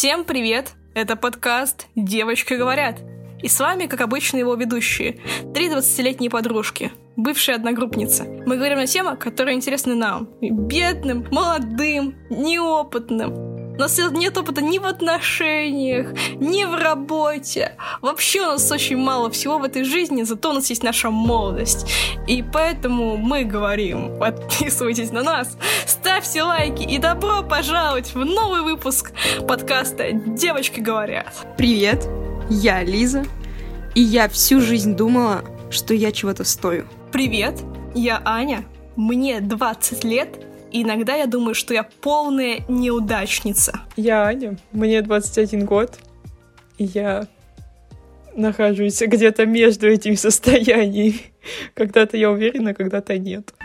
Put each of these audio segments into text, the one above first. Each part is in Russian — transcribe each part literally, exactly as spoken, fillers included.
Всем привет! Это подкаст «Девочки говорят». И с вами, как обычно, его ведущие. Три двадцатилетние подружки, бывшие одногруппницы. Мы говорим на темы, которые интересны нам. Бедным, молодым, неопытным. У нас нет опыта ни в отношениях, ни в работе. Вообще у нас очень мало всего в этой жизни, зато у нас есть наша молодость. И поэтому мы говорим: подписывайтесь на нас, ставьте лайки и добро пожаловать в новый выпуск подкаста «Девочки говорят». Привет, я Лиза, и я всю жизнь думала, что я чего-то стою. Привет, я Аня, мне двадцать лет. И иногда я думаю, что я полная неудачница. Я Аня, мне двадцать один год, и я нахожусь где-то между этими состояниями. Когда-то я уверена, когда-то нет.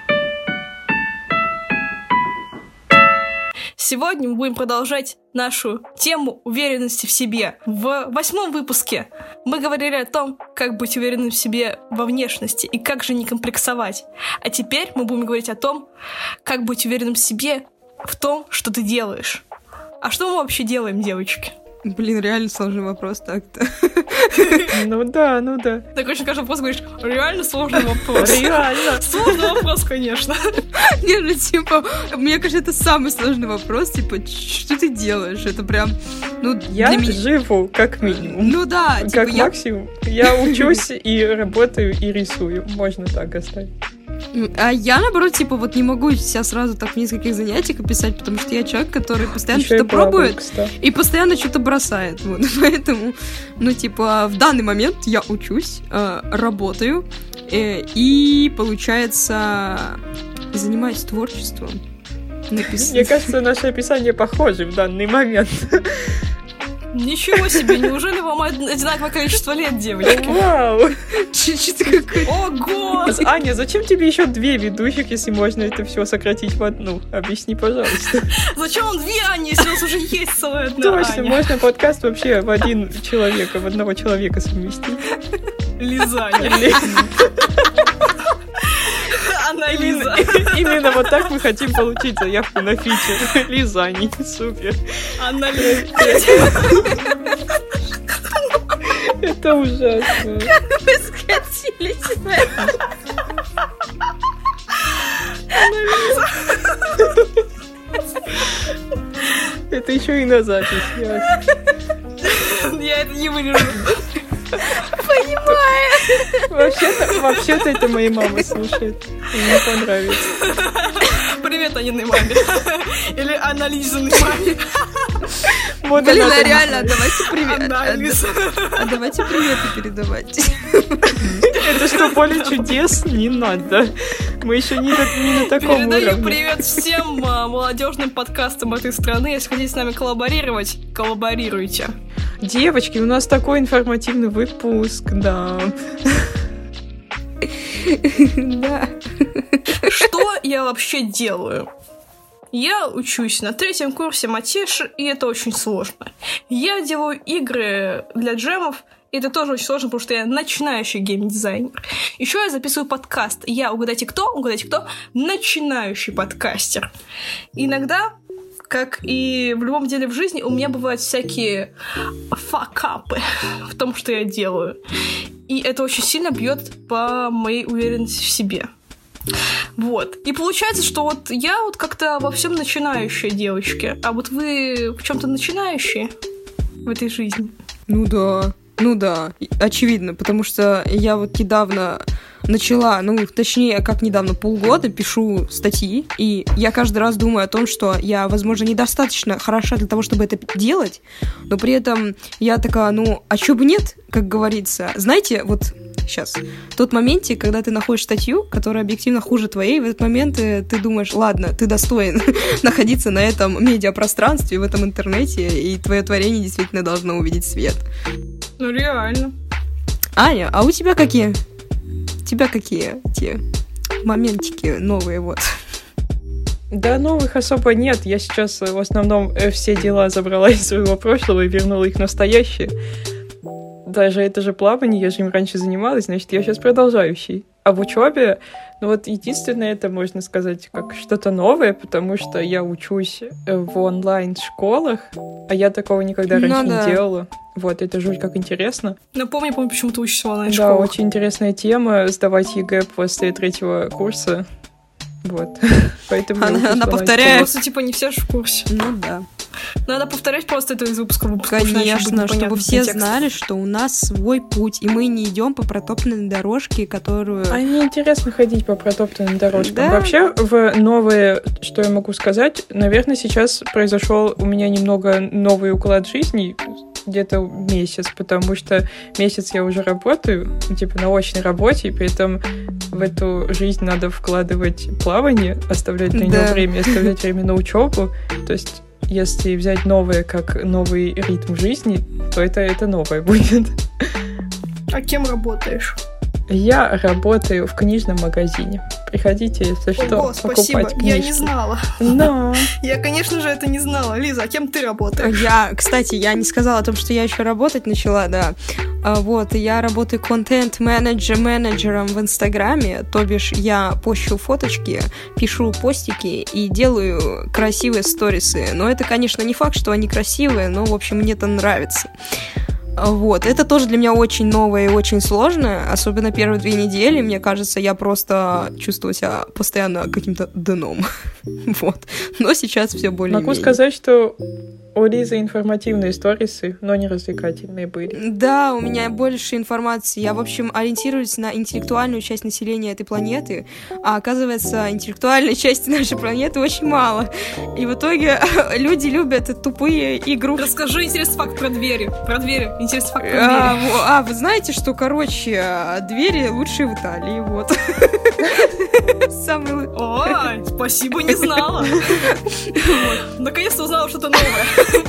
Сегодня мы будем продолжать нашу тему уверенности в себе. В восьмом выпуске мы говорили о том, как быть уверенным в себе во внешности и как же не комплексовать. А теперь мы будем говорить о том, как быть уверенным в себе в том, что ты делаешь. А что мы вообще делаем, девочки? Блин, реально сложный вопрос так-то. Ну да, ну да. Так очень каждый вопрос говоришь: реально сложный вопрос. Реально. Сложный вопрос, конечно. Не, ну типа, мне кажется, это самый сложный вопрос. Типа, что ты делаешь? Это прям, ну, я для меня... живу, как минимум. Ну да, типа, как я... максимум. Я учусь и работаю, и рисую. Можно так оставить. А я, наоборот, типа, вот не могу себя сразу так в нескольких занятиях описать, потому что я человек, который постоянно Еще что-то и пробует, пробует кстати. И постоянно что-то бросает. Вот. Поэтому, ну, типа, в данный момент я учусь, э, работаю э, и, получается, занимаюсь творчеством. Напис... Мне кажется, наше описание похоже в данный момент. Ничего себе, неужели вам одинаковое количество лет, девочки? Вау! Что-то какое-то... Ого! Аня, зачем тебе еще две ведущих, если можно это все сократить в одну? Объясни, пожалуйста. Зачем он две Ани, если у нас уже есть целая одна Точно, Аня? можно подкаст вообще в один человека, в одного человека совместить. Лизаня. Анализа. Именно, именно вот так мы хотим получить заявку на фичер. Лизани, супер. Анализа. Это ужасно. Как вы скатили себя? Это еще и на запись, ясно. Я это не вырежу. Понимаю. Вообще-то, вообще-то это моя мама слушает. Мне понравится. Привет Аниной маме. Или Анализиной маме. Вот Блин, она а реально, давайте привет. Анализ. А давайте приветы передавать. Это что, поле чудес? Не надо. Мы еще не, не на таком Передаю уровне. привет всем а, молодежным подкастам этой страны. Если хотите с нами коллаборировать, коллаборируйте. Девочки, у нас такой информативный выпуск, да. Да. Что я вообще делаю? Я учусь на третьем курсе матеши, и это очень сложно. Я делаю игры для джемов, и это тоже очень сложно, потому что я начинающий геймдизайнер. Еще я записываю подкаст. Я, угадайте кто? Угадайте кто? Начинающий подкастер. Иногда, как и в любом деле в жизни, у меня бывают всякие факапы в том, что я делаю. И это очень сильно бьет по моей уверенности в себе. Вот. И получается, что вот я вот как-то во всем начинающая, девочки. А вот вы в чем-то начинающие в этой жизни? Ну да, ну да, очевидно, потому что я вот недавно начала, ну, точнее, как недавно, полгода пишу статьи, и я каждый раз думаю о том, что я, возможно, недостаточно хороша для того, чтобы это делать, но при этом я такая, ну, а чё бы нет, как говорится. Знаете, вот сейчас, в тот моменте, когда ты находишь статью, которая объективно хуже твоей, в этот момент ты, ты думаешь, ладно, ты достоин находиться на этом медиапространстве, в этом интернете, и твое творение действительно должно увидеть свет. Ну, реально. Аня, а у тебя какие? У тебя какие те моментики новые, вот? Да, новых особо нет. Я сейчас в основном все дела забрала из своего прошлого и вернула их в настоящее. Даже это же плавание, я же им раньше занималась, значит, я сейчас продолжающий. об учебе, ну вот единственное, это можно сказать как что-то новое, потому что я учусь в онлайн-школах, а я такого никогда раньше ну, да. не делала. Вот, это жуть как интересно. Напомни, помню, почему ты учишься в онлайн-школах. Да, очень интересная тема, сдавать ЕГЭ после третьего курса. Вот. Поэтому она, она повторяет. Просто, типа, не все же в курсе. Ну да. Надо повторять просто это из выпуска в выпуск. Конечно, чтобы все текст. знали, что у нас свой путь, и мы не идем по протоптанной дорожке, которую... А мне интересно ходить по протоптанным дорожкам. Да? Вообще, в новое, что я могу сказать, наверное, сейчас произошел у меня немного новый уклад жизни, где-то месяц, потому что месяц я уже работаю, типа на очной работе, и при этом в эту жизнь надо вкладывать плавание, оставлять для да. него время, оставлять время на учебу. То есть, если взять новое как новый ритм жизни, то это, это новое будет. А кем работаешь? Я работаю в книжном магазине. Приходите, если что, Ого, покупать спасибо. книжки. Я не знала. Но... Я, конечно же, это не знала. Лиза, а кем ты работаешь? Я, кстати, я не сказала о том, что я еще работать начала, да. Вот, я работаю контент-менеджер-менеджером в Инстаграме, то бишь я пощу фоточки, пишу постики и делаю красивые сторисы. Но это, конечно, не факт, что они красивые, но, в общем, мне это нравится. Вот, это тоже для меня очень новое и очень сложное, особенно первые две недели, мне кажется, я просто чувствовала себя постоянно каким-то дном, вот, но сейчас все более-менее. Могу сказать, что у Лизы информативные сторисы, но не развлекательные были. Да, у меня больше информации. Я, в общем, ориентируюсь на интеллектуальную часть населения этой планеты, а оказывается, интеллектуальной части нашей планеты очень мало. И в итоге люди любят тупые игрушки. Расскажи интересный факт про двери. Про двери. Интересный факт про двери. А, а вы знаете, что, короче, двери лучшие в Италии, вот. Самый... Ой, спасибо, не знала. Наконец-то узнала что-то новое.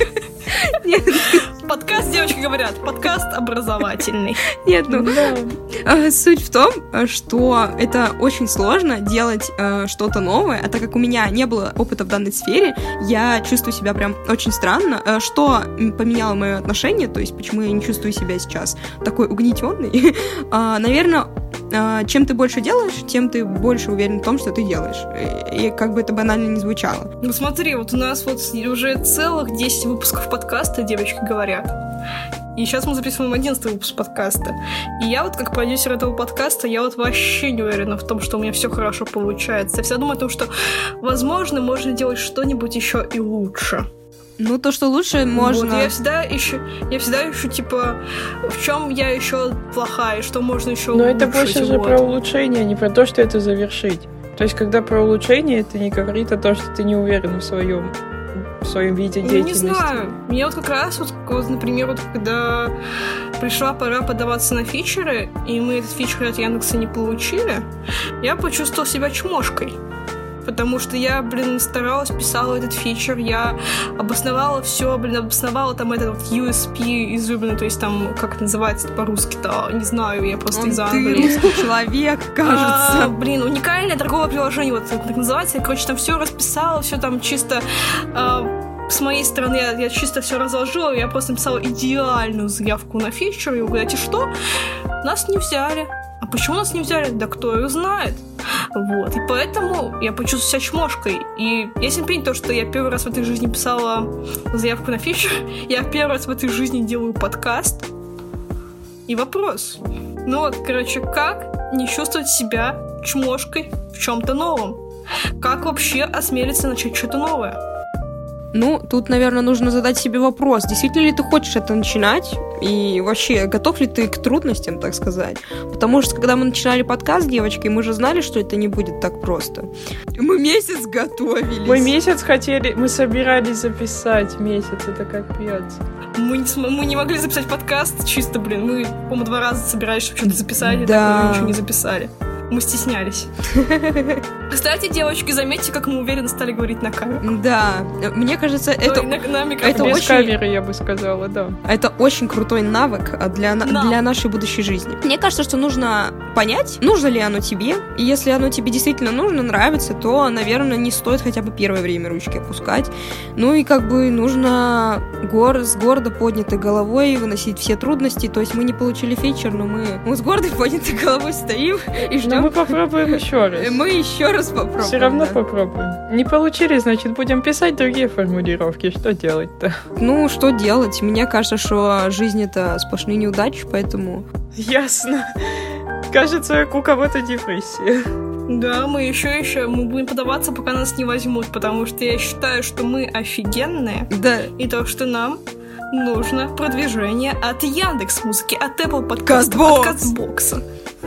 Подкаст, девочки говорят, подкаст образовательный. Нет, ну, да. Суть в том, что это очень сложно делать э, что-то новое, а так как у меня не было опыта в данной сфере, я чувствую себя прям очень странно, э, что поменяло мое отношение, то есть почему я не чувствую себя сейчас такой угнетенной. э, наверное, э, чем ты больше делаешь, тем ты больше уверен в том, что ты делаешь. И как бы это банально не звучало. Ну смотри, вот у нас вот уже целых десять выпусков подкаста, девочки говорят. И сейчас мы записываем одиннадцатый выпуск подкаста. И я вот как продюсер этого подкаста, я вот вообще не уверена в том, что у меня все хорошо получается. Я всегда думаю о том, что, возможно, можно делать что-нибудь еще и лучше. Ну, то, что лучше, можно. Вот, я всегда ищу, я всегда ищу, типа, в чем я еще плохая, что можно еще улучшить. Но это больше же вот. Про улучшение, а не про то, что это завершить. То есть, когда про улучшение, это не говорит о том, что ты не уверен в своем в своем виде деятельности. Ну, не знаю. Мне вот как раз, вот, вот, например, вот когда пришла пора подаваться на фичеры, и мы этот фичер от Яндекса не получили, я почувствовала себя чмошкой. Потому что я, блин, старалась, писала этот фичер, я обосновала все, блин, обосновала там этот вот ю эс пи изюминный, то есть там, как это называется по-русски-то, не знаю, я просто из Англии. Ты русский человек, кажется. А, блин, уникальное торговое приложение, вот так называется, я, короче, там все расписала, все там чисто... А, с моей стороны, я, я чисто все разложила, я просто написала идеальную заявку на фичер, и вы говорите, что? Нас не взяли. А почему нас не взяли? Да кто их знает? Вот. И поэтому я почувствовала себя чмошкой. И если понять то, что я первый раз в этой жизни писала заявку на фичер, я первый раз в этой жизни делаю подкаст. И вопрос. Ну вот, короче, как не чувствовать себя чмошкой в чем-то новом? Как вообще осмелиться начать что-то новое? Ну, тут, наверное, нужно задать себе вопрос, действительно ли ты хочешь это начинать, и вообще, готов ли ты к трудностям, так сказать. Потому что, когда мы начинали подкаст, девочки, мы же знали, что это не будет так просто. Мы месяц готовились. Мы месяц хотели, мы собирались записать месяц, это капец. Мы не, мы не могли записать подкаст, чисто, блин, мы, по-моему, два раза собирались, чтобы что-то записать, да. и ничего не записали. Мы стеснялись. Кстати, девочки, заметьте, как мы уверенно стали говорить на камеру. Да, мне кажется, это, Ой, на, на это Без очень... камеры, я бы сказала, да. Это очень крутой навык для, Да. для нашей будущей жизни. Мне кажется, что нужно понять, нужно ли оно тебе. И если оно тебе действительно нужно, нравится, то, наверное, не стоит хотя бы первое время ручки опускать. Ну и как бы нужно гор, с гордо поднятой головой выносить все трудности. То есть мы не получили фичер, но мы, мы с гордой поднятой головой стоим и Но ждем. мы попробуем еще раз. Мы еще раз попробуем. Все равно да. попробуем. Не получили, значит, будем писать другие формулировки. Что делать-то? Ну, что делать? Мне кажется, что жизнь — это сплошные неудачи, поэтому... Ясно. Кажется, у кого-то депрессия. Да, мы еще еще мы будем подаваться, пока нас не возьмут, потому что я считаю, что мы офигенные, Да. и то, что нам нужно продвижение от Яндекс.Музыки, от Apple подкастов, Castbox. от Castbox.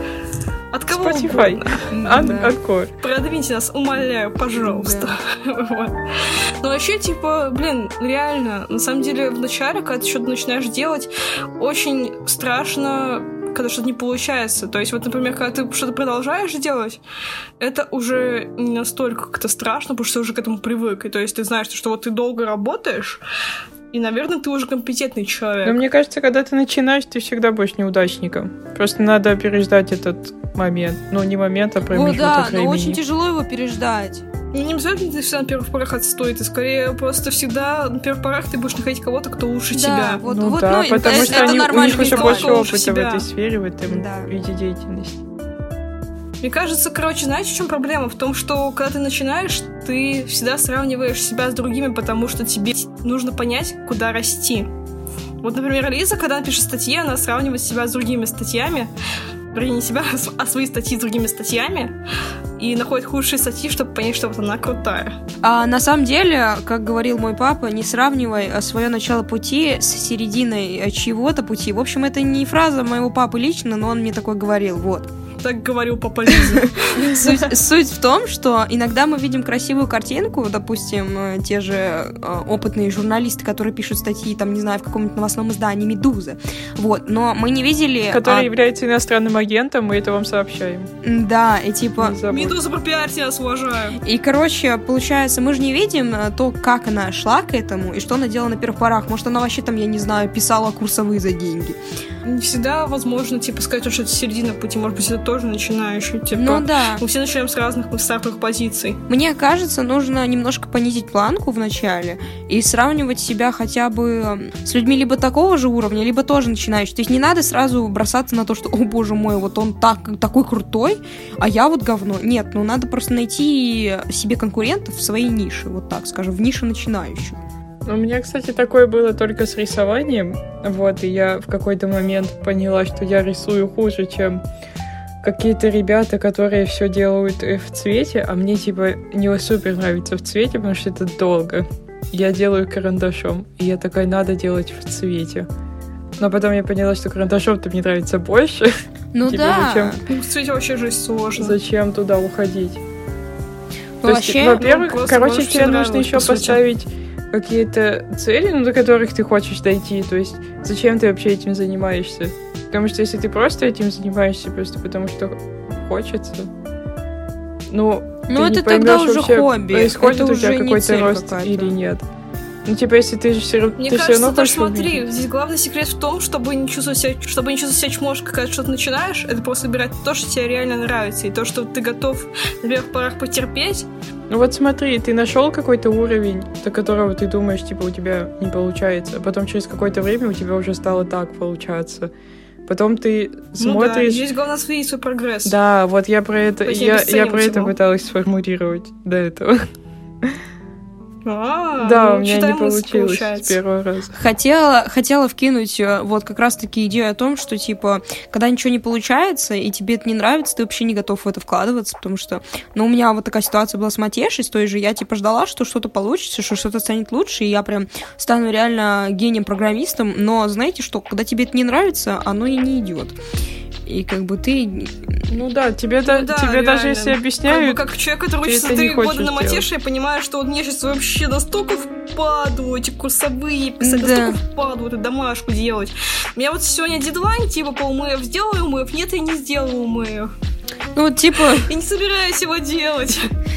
От кого Spotify. угодно. Ан- Да. Анкор. Продвиньте нас, умоляю, пожалуйста. Вот. Но вообще, типа, блин, реально, на самом деле, вначале, когда ты что-то начинаешь делать, очень страшно, когда что-то не получается. То есть, вот, например, когда ты что-то продолжаешь делать, это уже не настолько как-то страшно, потому что ты уже к этому привык. И то есть ты знаешь, что вот ты долго работаешь, и, наверное, ты уже компетентный человек. Но мне кажется, когда ты начинаешь, ты всегда будешь неудачником. Просто надо переждать этот момент. Ну, не момент, а О, промежуток да, времени. но очень тяжело его переждать. Не обязательно ты всегда на первых порах отстой, ты скорее просто всегда на первых порах ты будешь находить кого-то, кто лучше Да, тебя. вот, Ну вот, да, ну, потому это, что это они, у нормально. них уже Кто больше лучше опыта себя. в этой сфере, в этом Да. виде деятельности. Мне кажется, короче, знаете, в чем проблема? В том, что когда ты начинаешь, ты всегда сравниваешь себя с другими, потому что тебе нужно понять, куда расти. Вот, например, Лиза, когда она пишет статьи, она сравнивает себя с другими статьями, вернее, не себя, а свои статьи с другими статьями, и находит худшие статьи, чтобы понять, что вот она крутая. А на самом деле, как говорил мой папа, не сравнивай свое начало пути с серединой чьего-то пути. В общем, это не фраза моего папы лично, но он мне такой говорил, вот. Так говорил папа Лизы. Суть, суть в том, что иногда мы видим красивую картинку, допустим, э, те же э, опытные журналисты, которые пишут статьи, там, не знаю, в каком-нибудь новостном издании «Медуза», вот, но мы не видели... Который а, является иностранным агентом, мы это вам сообщаем. Да, и типа... Не забудь. Медуза, пропиарьте, я вас уважаю. И, короче, получается, мы же не видим э, то, как она шла к этому, и что она делала на первых порах. Может, она вообще там, я не знаю, писала курсовые за деньги. Не всегда возможно, типа, сказать, что это середина пути. Может быть, это тоже начинающий, типа... Ну да. Мы все начинаем с разных стартовых позиций. Мне кажется, нужно немножко понизить планку в начале и сравнивать себя хотя бы с людьми либо такого же уровня, либо тоже начинающих. То есть не надо сразу бросаться на то, что, о боже мой, вот он так, такой крутой, а я вот говно. Нет, ну надо просто найти себе конкурентов в своей нише, вот так скажем, в нише начинающих. У меня, кстати, такое было только с рисованием. Вот, и я в какой-то момент поняла, что я рисую хуже, чем какие-то ребята, которые все делают в цвете, а мне, типа, не супер нравится в цвете, потому что это долго. Я делаю карандашом, и я такая, надо делать в цвете. Но потом я поняла, что карандашом-то мне нравится больше. Ну Типа, да. зачем? Ну, в цвете вообще жизнь сложно. Зачем туда уходить? Ну, То есть, вообще, во-первых, ну, просто короче, можешь тебе тебе нужно нравилось, еще по сути. поставить какие-то цели, ну, до которых ты хочешь дойти. То есть, зачем ты вообще этим занимаешься? Потому что если ты просто этим занимаешься, просто потому что хочется, ну, Ну, ты это не тогда поймешь уже вообще, хобби. происходит Это у тебя уже не какой-то цель рост какая-то. или нет. Ну, типа, если ты же все равно, Мне ты все кажется, равно даже хочешь смотри, увидеть. здесь главный секрет в том, чтобы не чувствовать себя, чтобы не чувствовать себя чмошкой, когда ты что-то начинаешь, это просто выбирать то, что тебе реально нравится, и то, что ты готов на первых порах потерпеть. Ну вот смотри, ты нашел какой-то уровень, до которого ты думаешь, типа, у тебя не получается, а потом через какое-то время у тебя уже стало так получаться. Потом ты Ну да, смотришь... здесь главное следить свой прогресс. Да, вот я про это, То есть не я, я обесценивать про это его. пыталась сформулировать до этого. А, да, ну, у меня не читаем мысль, получилось с получается. первого раза. Хотела, хотела вкинуть э, вот как раз-таки идею о том, что, типа, когда ничего не получается, и тебе это не нравится, ты вообще не готов в это вкладываться, потому что, ну, у меня вот такая ситуация была с Матешей, с той же, я, типа, ждала, что что-то получится, что что-то станет лучше, и я прям стану реально гением-программистом, но знаете что, когда тебе это не нравится, оно и не идет. И как бы ты... Ну да, тебе, да, Ну да, тебе реально. даже если объясняют... Как, бы, как человек, который ты учится это не три года хочешь на делать. матеше, я понимаю, что вот мне сейчас вообще настолько впаду эти курсовые писать, Да. настолько впаду эту домашку делать. У меня вот сегодня дедлайн, типа, по УМФ сделаю УМФ, нет, я не сделаю УМФ. Ну, вот, типа... Я не собираюсь его делать.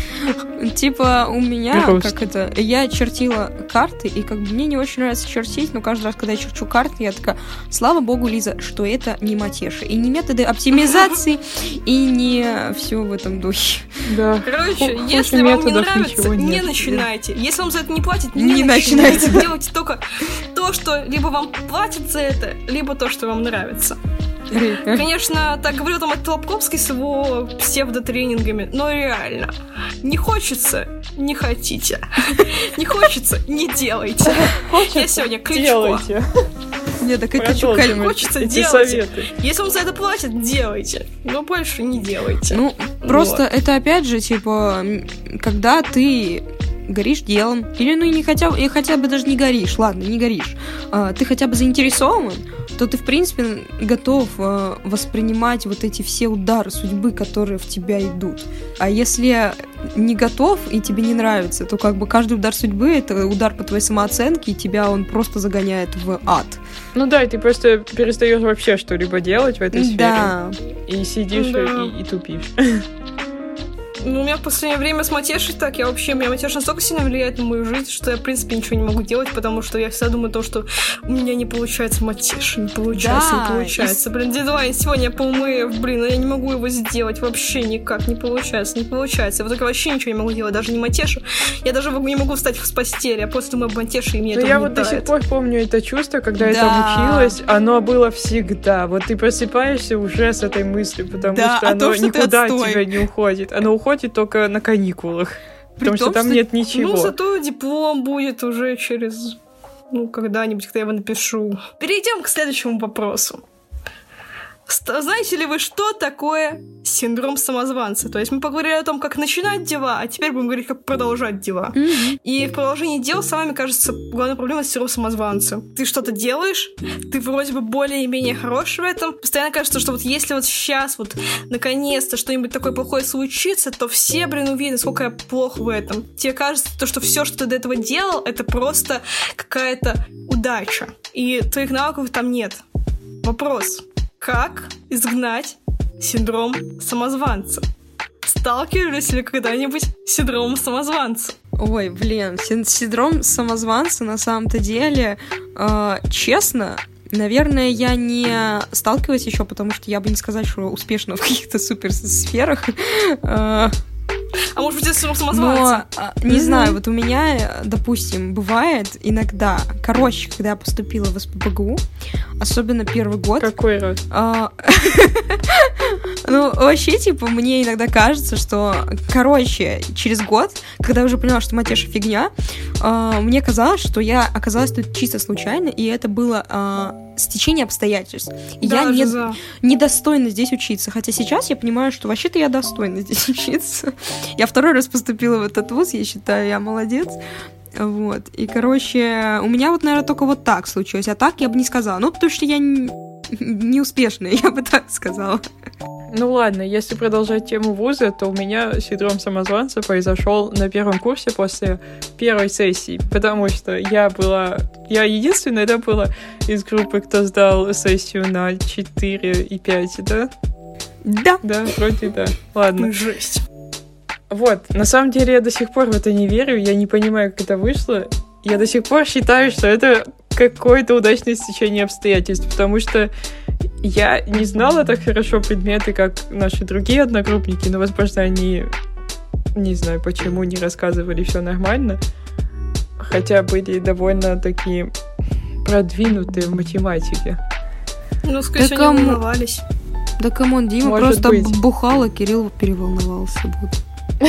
Типа у меня, Грустно. как это, я чертила карты, и как бы мне не очень нравится чертить, но каждый раз, когда я черчу карты, я такая, слава богу, Лиза, что это не матеша, и не методы оптимизации, и не все в этом духе. Да. Короче, Ху- если хуже вам не методов нравится, ничего не нет. начинайте. Если вам за это не платят, не, Не начинайте. начинайте, да. Делайте только то, что либо вам платят за это, либо то, что вам нравится. Конечно, так говорил там от Лобковский с его псевдотренингами, но реально, не хочется, не хотите. Не хочется, не делайте. Я сегодня Кличко. Делайте. Мне так это Продолжим хочется, эти делайте. советы. Если вам за это платят, делайте. Но больше не делайте. Ну, просто Вот. это опять же, типа, м, когда ты горишь делом, или ну и не хотя бы, и хотя бы даже не горишь, ладно, не горишь, а, ты хотя бы заинтересован, то ты, в принципе, готов а, воспринимать вот эти все удары судьбы, которые в тебя идут. А если не готов и тебе не нравится, то как бы каждый удар судьбы — это удар по твоей самооценке, и тебя он просто загоняет в ад. Ну да, и ты просто перестаешь вообще что-либо делать в этой сфере. Да. И сидишь Да. и, и тупишь. Ну, у меня в последнее время с матешей так, я вообще, у меня матеша настолько сильно влияет на мою жизнь, что я, в принципе, ничего не могу делать, потому что я всегда думаю о том, что у меня не получается матеша, не получается, Да, не получается. Блин, дедлайн сегодня я поумыв, блин, а я не могу его сделать вообще никак, не получается, не получается. Я в итоге вообще ничего не могу делать, даже не матешу. Я даже не могу встать с постели, я просто думаю об матеше, и мне Но это я вот до сих угнетает. пор помню это чувство, когда я Да. там училась, оно было всегда. Вот ты просыпаешься уже с этой мыслью, потому Да, что о оно том, что ты никуда от отстой. тебя не уходит. Оно уходит только на каникулах. При Потому что том, там что- нет ничего. Ну, зато диплом будет уже через, ну, когда-нибудь, когда я его напишу. Перейдем к следующему вопросу. Ст- Знаете ли вы, что такое синдром самозванца? То есть мы поговорили о том, как начинать дела, а теперь будем говорить, как продолжать дела. Мгм. И в продолжении дел, самой кажется, главная проблема — это синдром самозванца. Ты что-то делаешь, ты вроде бы более-менее хорош в этом. Постоянно кажется, что вот если вот сейчас вот наконец-то что-нибудь такое плохое случится, то все, блин, увидят, сколько я плох в этом. Тебе кажется, то, что все, что ты до этого делал, это просто какая-то удача. И твоих навыков там нет. Вопрос. Как изгнать синдром самозванца? Сталкивались ли когда-нибудь с синдромом самозванца? Ой, блин, син- синдром самозванца на самом-то деле, э, честно, наверное, я не сталкиваюсь еще, потому что я бы не сказала, что успешна в каких-то супер сферах. Э, А может быть, это синдром Но, самозванца? а, не Мгм. знаю, вот у меня, допустим, бывает иногда, короче, когда я поступила в СПбГУ, особенно первый год, Какой раз? а, ну, вообще, типа, мне иногда кажется, что, короче, через год, когда я уже поняла, что матеша фигня, а, мне казалось, что я оказалась тут чисто случайно, и это было а, стечение обстоятельств. И я Даже не, за. недостойна здесь учиться. Хотя сейчас я понимаю, что вообще-то я достойна здесь учиться. Я второй раз поступила в этот вуз, я считаю, я молодец. Вот. И, короче, у меня вот, наверное, только вот так случилось. А так я бы не сказала. Ну, потому что я не, не успешная, я бы так сказала. Ну ладно, если продолжать тему вуза, то у меня синдром самозванца произошел на первом курсе после первой сессии, потому что я была... Я единственная, да, была из группы, кто сдал сессию на четыре и пять, да? Да. Да, вроде да. Ладно. Жесть. Вот, на самом деле я до сих пор в это не верю, я не понимаю, как это вышло. Я до сих пор считаю, что это какое-то удачное стечение обстоятельств, потому что я не знала так хорошо предметы, как наши другие одногруппники, но, возможно, они, не знаю почему, не рассказывали все нормально, хотя были довольно такие продвинутые в математике. Ну, скорее Да всего, не кому? волновались. Да камон, Дима Может просто быть. бухал, а Кирилл переволновался. Вот,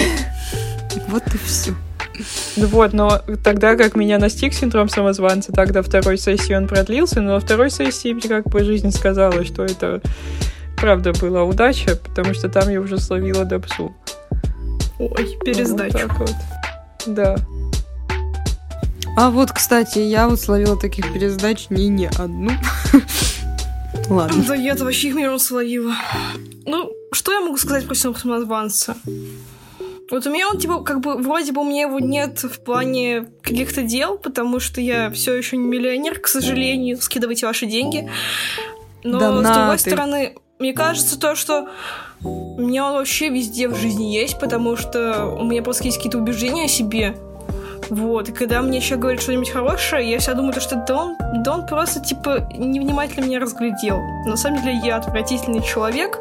вот и все. Ну вот, но тогда как меня настиг синдром самозванца, так до второй сессии он продлился, но на второй сессии мне как бы жизнь сказала, что это правда была удача, потому что там я уже словила допсу. Ой, пересдачу. Вот так вот. Да. А вот, кстати, я вот словила таких пересдач не не одну. Ладно. Да я-то вообще их миллион словила. Ну, что я могу сказать про синдром самозванца? Вот у меня он, типа, как бы, вроде бы у меня его нет в плане каких-то дел, потому что я все еще не миллионер, к сожалению. Скидывайте ваши деньги. Но, Да с на другой ты. стороны, мне кажется, то, что у меня он вообще везде в жизни есть, потому что у меня просто есть какие-то убеждения о себе. Вот, и когда мне человек говорит что-нибудь хорошее, я всегда думаю, что да он, да он просто, типа, невнимательно меня разглядел. На самом деле я отвратительный человек,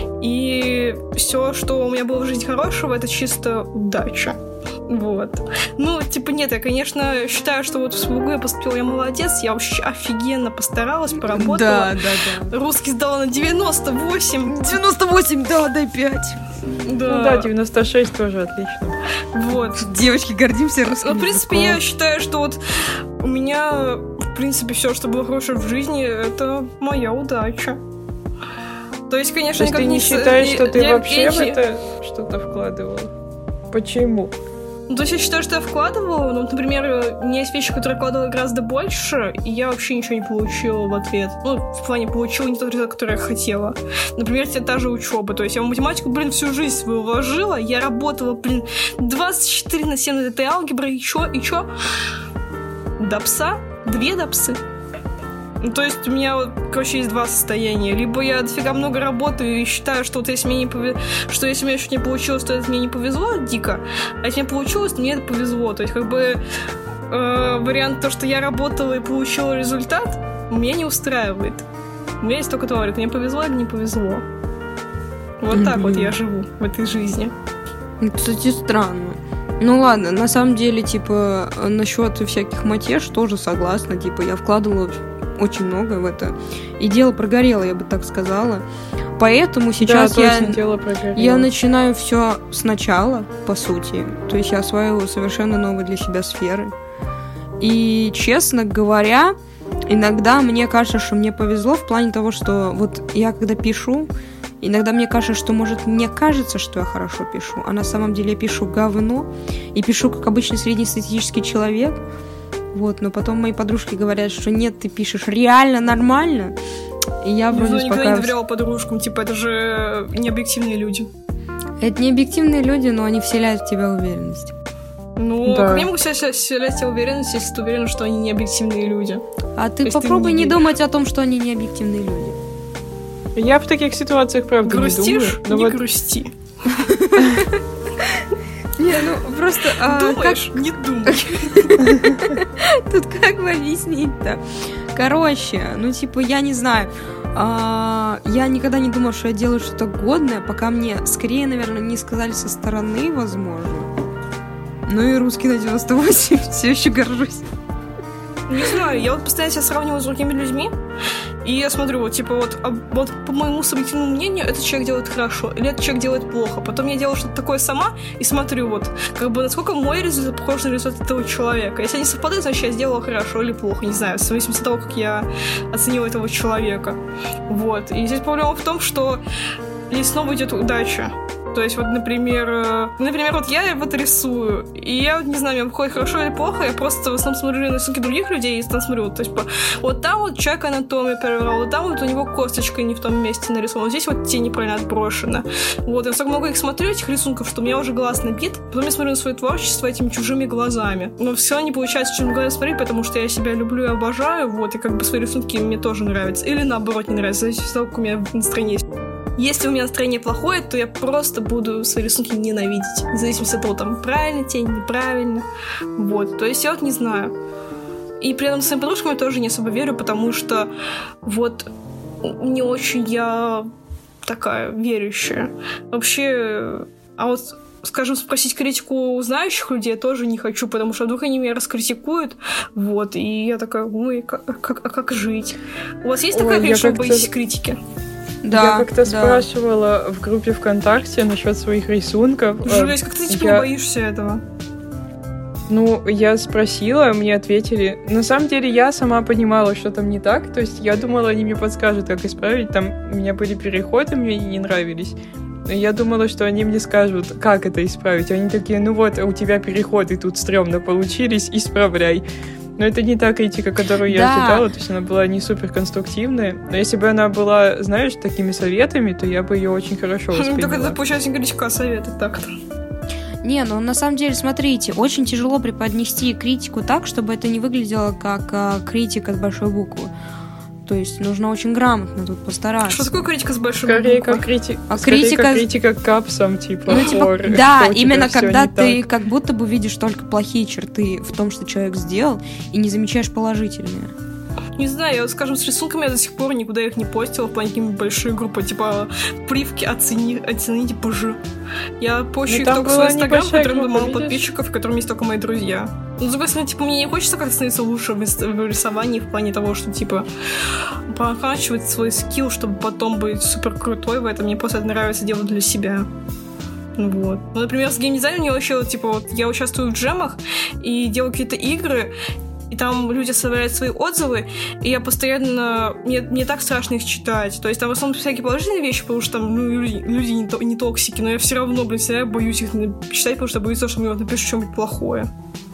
и все, что у меня было в жизни хорошего, это чисто удача. Вот. Ну, типа, нет, я, конечно, считаю, что вот в СПбГУ я поступила, я молодец, я вообще офигенно постаралась, поработала. Да, да, да. Русский сдала на девяносто восемь. девяносто восемь, да, дай пять. Да. Ну да, девяносто шесть тоже отлично. Вот. Девочки, гордимся русским Ну, в принципе, языком. я считаю, что вот у меня, в принципе, все, что было хорошее в жизни, это моя удача. То есть, конечно, То есть никак ты не с- считаешь, я- что ты я- вообще я- в это что-то вкладывал? Почему? Ну, то есть я считаю, что я вкладывала, ну, например, у меня есть вещи, которые я вкладывала гораздо больше, и я вообще ничего не получила в ответ. Ну, в плане получила не тот результат, который я хотела. Например, это та же учеба. То есть я в математику, блин, всю жизнь свою вложила, я работала, блин, двадцать четыре на семь над этой алгеброй, и чё, и чё? Допса? Две допсы. Ну, то есть у меня, вот, короче, есть два состояния. Либо я дофига много работаю и считаю, что вот если мне не повезло, что если у меня что-то не получилось, то это мне не повезло дико, а если мне получилось, то мне это повезло. То есть, как бы, э, вариант то, что я работала и получила результат, меня не устраивает. У меня есть только два варианта. Мне повезло или не повезло. Вот mm-hmm. так вот я живу в этой жизни. Кстати, странно. Ну ладно, на самом деле, типа, насчет всяких матеж тоже согласна. Типа, я вкладывала очень много в это. И дело прогорело, я бы так сказала. Поэтому сейчас да, я, точно, дело прогорело. я начинаю все сначала, по сути. То есть я осваиваю совершенно новые для себя сферы. И, честно говоря, иногда мне кажется, что мне повезло в плане того, что вот я когда пишу, иногда мне кажется, что, может, мне кажется, что я хорошо пишу, а на самом деле я пишу говно и пишу, как обычный среднестатистический человек. Вот, но потом мои подружки говорят, что нет, ты пишешь реально нормально. И я вроде ну, успокаиваюсь. никогда не доверяла подружкам, типа, это же не объективные люди. Это не объективные люди, но они вселяют в тебя уверенность. Ну, да. как я могу вселять в тебя уверенность, если ты уверена, что они не объективные люди? А ты есть попробуй ты не не веришь. думать о том, что они не объективные люди. Я в таких ситуациях, правда, Грустишь? не думаю. Но Не вот... грусти. Не, ну просто... а, Думаешь? Не думай. Тут как бы объяснить-то? Короче, ну типа, я не знаю. А, я никогда не думала, что я делаю что-то годное, пока мне скорее, наверное, не сказали со стороны, возможно. Ну и русский на девяносто восемь все еще горжусь. Не знаю, я вот постоянно себя сравниваю с другими людьми, и я смотрю, вот, типа, вот, а, вот по моему субъективному мнению, этот человек делает хорошо, или этот человек делает плохо. Потом я делаю что-то такое сама, и смотрю, вот, как бы, насколько мой результат похож на результат этого человека. Если они совпадают, значит, я сделала хорошо или плохо, не знаю, в зависимости от того, как я оценила этого человека. Вот, и здесь проблема в том, что здесь снова идет удача. То есть, вот, например, э, например, вот я вот рисую, и я, вот, не знаю, мне выходит хорошо или плохо, я просто в основном смотрю на рисунки других людей и там смотрю, вот, то есть, по, вот там вот человек анатомию перебрал, вот там вот у него косточка не в том месте нарисована, вот здесь вот тень неправильно отброшена. Вот, я так много их смотрю, этих рисунков, что у меня уже глаз набит, потом я смотрю на свое творчество этими чужими глазами. Но все не получается чужими глазами смотреть, потому что я себя люблю и обожаю, вот, и как бы свои рисунки мне тоже нравятся. Или наоборот не нравятся, зависит от того, как у меня настроение есть. Если у меня настроение плохое, то я просто буду свои рисунки ненавидеть. В зависимости от того, там, правильно тень, неправильно. Вот, то есть я вот не знаю. И при этом с своими подружками я тоже не особо верю, потому что вот не очень я такая верующая. Вообще, а вот, скажем, спросить критику у знающих людей я тоже не хочу, потому что вдруг они меня раскритикуют, вот, и я такая, ой, как, как, а как жить? У вас есть такая Ой, критика, что вы как-то... боитесь критики? Да, я как-то да. спрашивала в группе ВКонтакте насчет своих рисунков. Жесть, как ты типа я... боишься этого? Ну, я спросила, мне ответили. На самом деле, я сама понимала, что там не так. То есть я думала, они мне подскажут, как исправить. Там у меня были переходы, мне они не нравились. Я думала, что они мне скажут, как это исправить. Они такие, ну вот, у тебя переходы тут стрёмно получились, исправляй. Но это не та критика, которую я да. ожидала, то есть она была не супер конструктивная. Но если бы она была, знаешь, такими советами, то я бы ее очень хорошо восприняла. Только это, получается, не критика, а советы так-то. Не, ну на самом деле, смотрите, очень тяжело преподнести критику так, чтобы это не выглядело как а, критика с большой буквы. То То есть нужно очень грамотно тут постараться. Что такое критика с большой Скорее буквы? как крити... А Скорее критика... как критика к капсам, типа, Ну, типа, хоррор, да, что у тебя именно всё когда не ты так. как будто бы видишь только плохие черты в том, что человек сделал, и не замечаешь положительные. Не знаю, я, вот, скажем, с рисунками я до сих пор никуда их не постила, в плане какие-нибудь большие группы, типа привки оцени, оцените позже. Я пощу Ну, их там только в была свой инстаграм, в небольшая котором группа, мало видишь? подписчиков, в котором есть только мои друзья. Но, с другой стороны, типа, мне не хочется как-то становиться лучше в, в рисовании, в плане того, что, типа, прокачивать свой скилл, чтобы потом быть супер крутой в этом. Мне просто это нравится делать для себя. Вот. Ну, например, с геймдизайном мне вообще, вот, типа, вот, я участвую в джемах и делаю какие-то игры, и там люди оставляют свои отзывы, и я постоянно... Мне, мне так страшно их читать. То есть там в основном всякие положительные вещи, потому что там ну, люди, люди не, то, не токсики, но я все равно, блин, всегда боюсь их читать, потому что боюсь, что мне вот напишут что-нибудь плохое.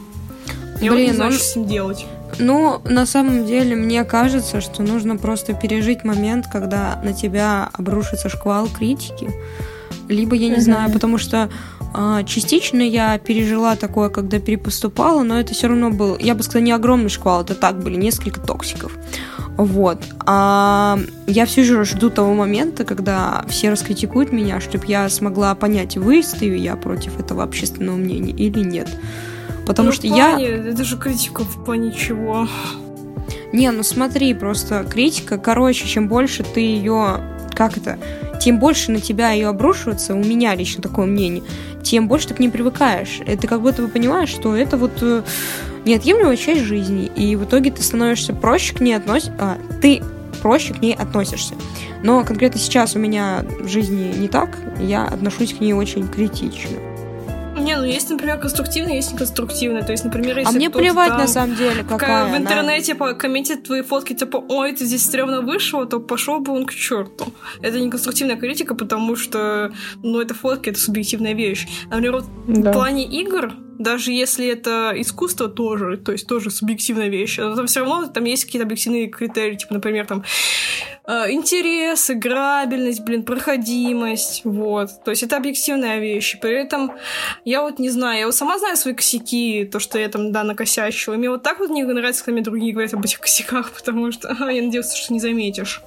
Я вот не знаю, ну, что с ним делать. Ну, на самом деле, мне кажется, что нужно просто пережить момент, когда на тебя обрушится шквал критики. Либо, я не mm-hmm. знаю, потому что а, частично я пережила такое, когда перепоступала, но это все равно был, я бы сказала, не огромный шквал, это так были несколько токсиков. Вот. А я все же жду того момента, когда все раскритикуют меня, чтобы я смогла понять, выстою я против этого общественного мнения или нет. Потому ну, что в плане, я... Это же критика в плане чего? Не, ну смотри, просто критика, короче, чем больше ты ее... Как это? Тем больше на тебя ее обрушивается, у меня лично такое мнение, тем больше ты к ней привыкаешь. Это как будто бы понимаешь, что это вот э, неотъемлемая часть жизни, и в итоге ты становишься проще к ней относишься, а, ты проще к ней относишься. Но конкретно сейчас у меня в жизни не так, я отношусь к ней очень критично. Не, ну есть, например, конструктивно, есть неконструктивно. То есть, например, если а мне плевать на самом деле, какая в она. интернете по комментит твои фотки, типа, ой, ты здесь стрёмно вышел, то пошел бы он к черту. Это не конструктивная критика, потому что, ну, это фотки, это субъективная вещь. Например, вот да. в плане игр, даже если это искусство тоже, то есть тоже субъективная вещь, но там все равно там есть какие-то объективные критерии, типа, например, там э, интерес, играбельность, блин, проходимость, вот. То есть это объективная вещь. При этом я вот не знаю, я вот сама знаю свои косяки, то, что я там, да, накосячила. И мне вот так вот не нравится, когда мне другие говорят об этих косяках, потому что а, я надеялась, что не заметишь.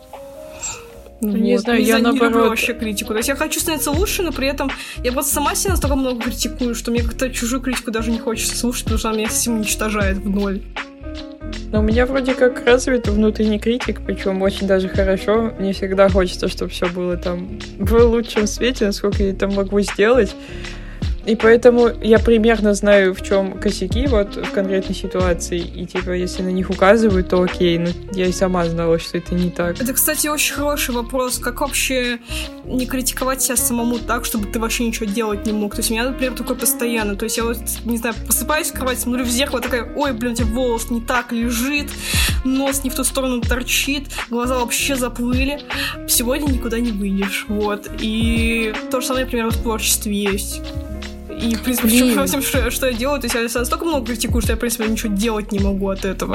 Не вот. знаю, не я знаю, наоборот... не люблю вообще критику. То есть я хочу становиться лучше, но при этом я просто сама себя настолько много критикую, что мне как-то чужую критику даже не хочется слушать, потому что она меня совсем уничтожает в ноль. Но у меня вроде как развит внутренний критик, причем очень даже хорошо. Мне всегда хочется, чтобы все было там в лучшем свете, насколько я это могу сделать. И поэтому я примерно знаю, в чем косяки вот в конкретной ситуации. И типа, если на них указывают, то окей. Но я и сама знала, что это не так. Это, кстати, очень хороший вопрос. Как вообще не критиковать себя самому так, чтобы ты вообще ничего делать не мог? То есть у меня, например, такое постоянно. То есть я вот, не знаю, просыпаюсь в кровати, смотрю в зеркало, такая, ой, блин, у тебя волос не так лежит, нос не в ту сторону торчит, глаза вообще заплыли. Сегодня никуда не выйдешь. Вот. И то же самое, например, в творчестве есть. И, в принципе, причем во всем, что, что я делаю, то есть я настолько много критикую, что я, в принципе, ничего делать не могу от этого.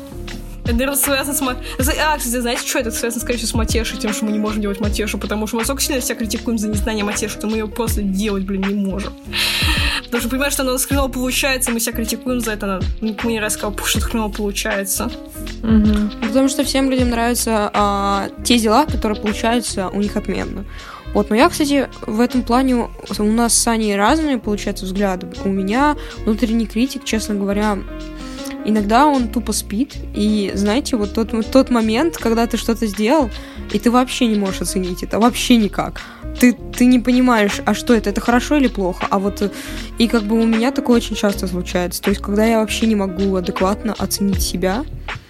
Это, наверное, связано с... А, кстати, знаете, что это связано, скорее всего, с матешей, тем, что мы не можем делать матешу, потому что мы настолько сильно себя критикуем за незнание матеши, что мы ее просто делать, блин, не можем. Потому что понимаешь, что она хреново получается, мы себя критикуем за это, она... мы не раз сказали, что это хреново получается. Угу. Потому что всем людям нравятся а, те дела, которые получаются у них отменно. Вот, но я, кстати, в этом плане у нас с Аней разные, получается, взгляды. У меня внутренний критик, честно говоря, иногда он тупо спит. И, знаете, вот тот, тот момент, когда ты что-то сделал, и ты вообще не можешь оценить это, вообще никак. Ты, ты не понимаешь, а что это, это хорошо или плохо. А вот, и как бы у меня такое очень часто случается. То есть, когда я вообще не могу адекватно оценить себя,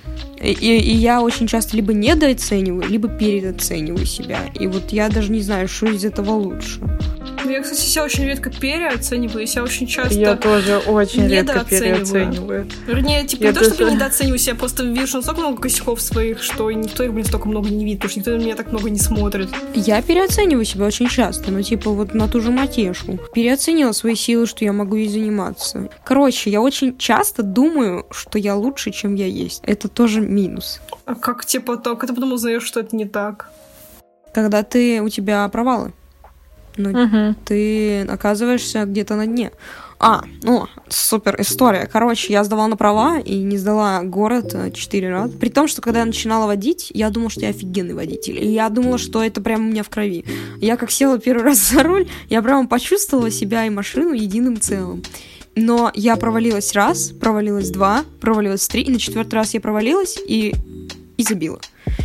И, и я очень часто либо недооцениваю, либо переоцениваю себя. И вот я даже не знаю, что из этого лучше. Я, кстати, себя очень редко переоцениваю, я себя очень часто Я тоже очень редко переоцениваю. Вернее, типа, я не то, даже... чтобы я недооцениваю себя, просто вижу настолько много косяков своих, что никто их, блин, столько много не видит, потому что никто на меня так много не смотрит. Я переоцениваю себя очень часто, ну, типа, вот на ту же матешу. Переоценила свои силы, что я могу ей заниматься. Короче, я очень часто думаю, что я лучше, чем я есть. Это тоже минус. А как, типа, так? Ты потом узнаешь, что это не так? Когда ты, у тебя провалы. Ну, угу. ты оказываешься где-то на дне. А, ну, супер история. Короче, я сдавала на права и не сдала город четыре раза. При том, что когда я начинала водить, я думала, что я офигенный водитель. И я думала, что это прямо у меня в крови. Я как села первый раз за руль, я прямо почувствовала себя и машину единым целым. Но я провалилась раз, провалилась два, провалилась три, и на четвертый раз я провалилась и, и забила.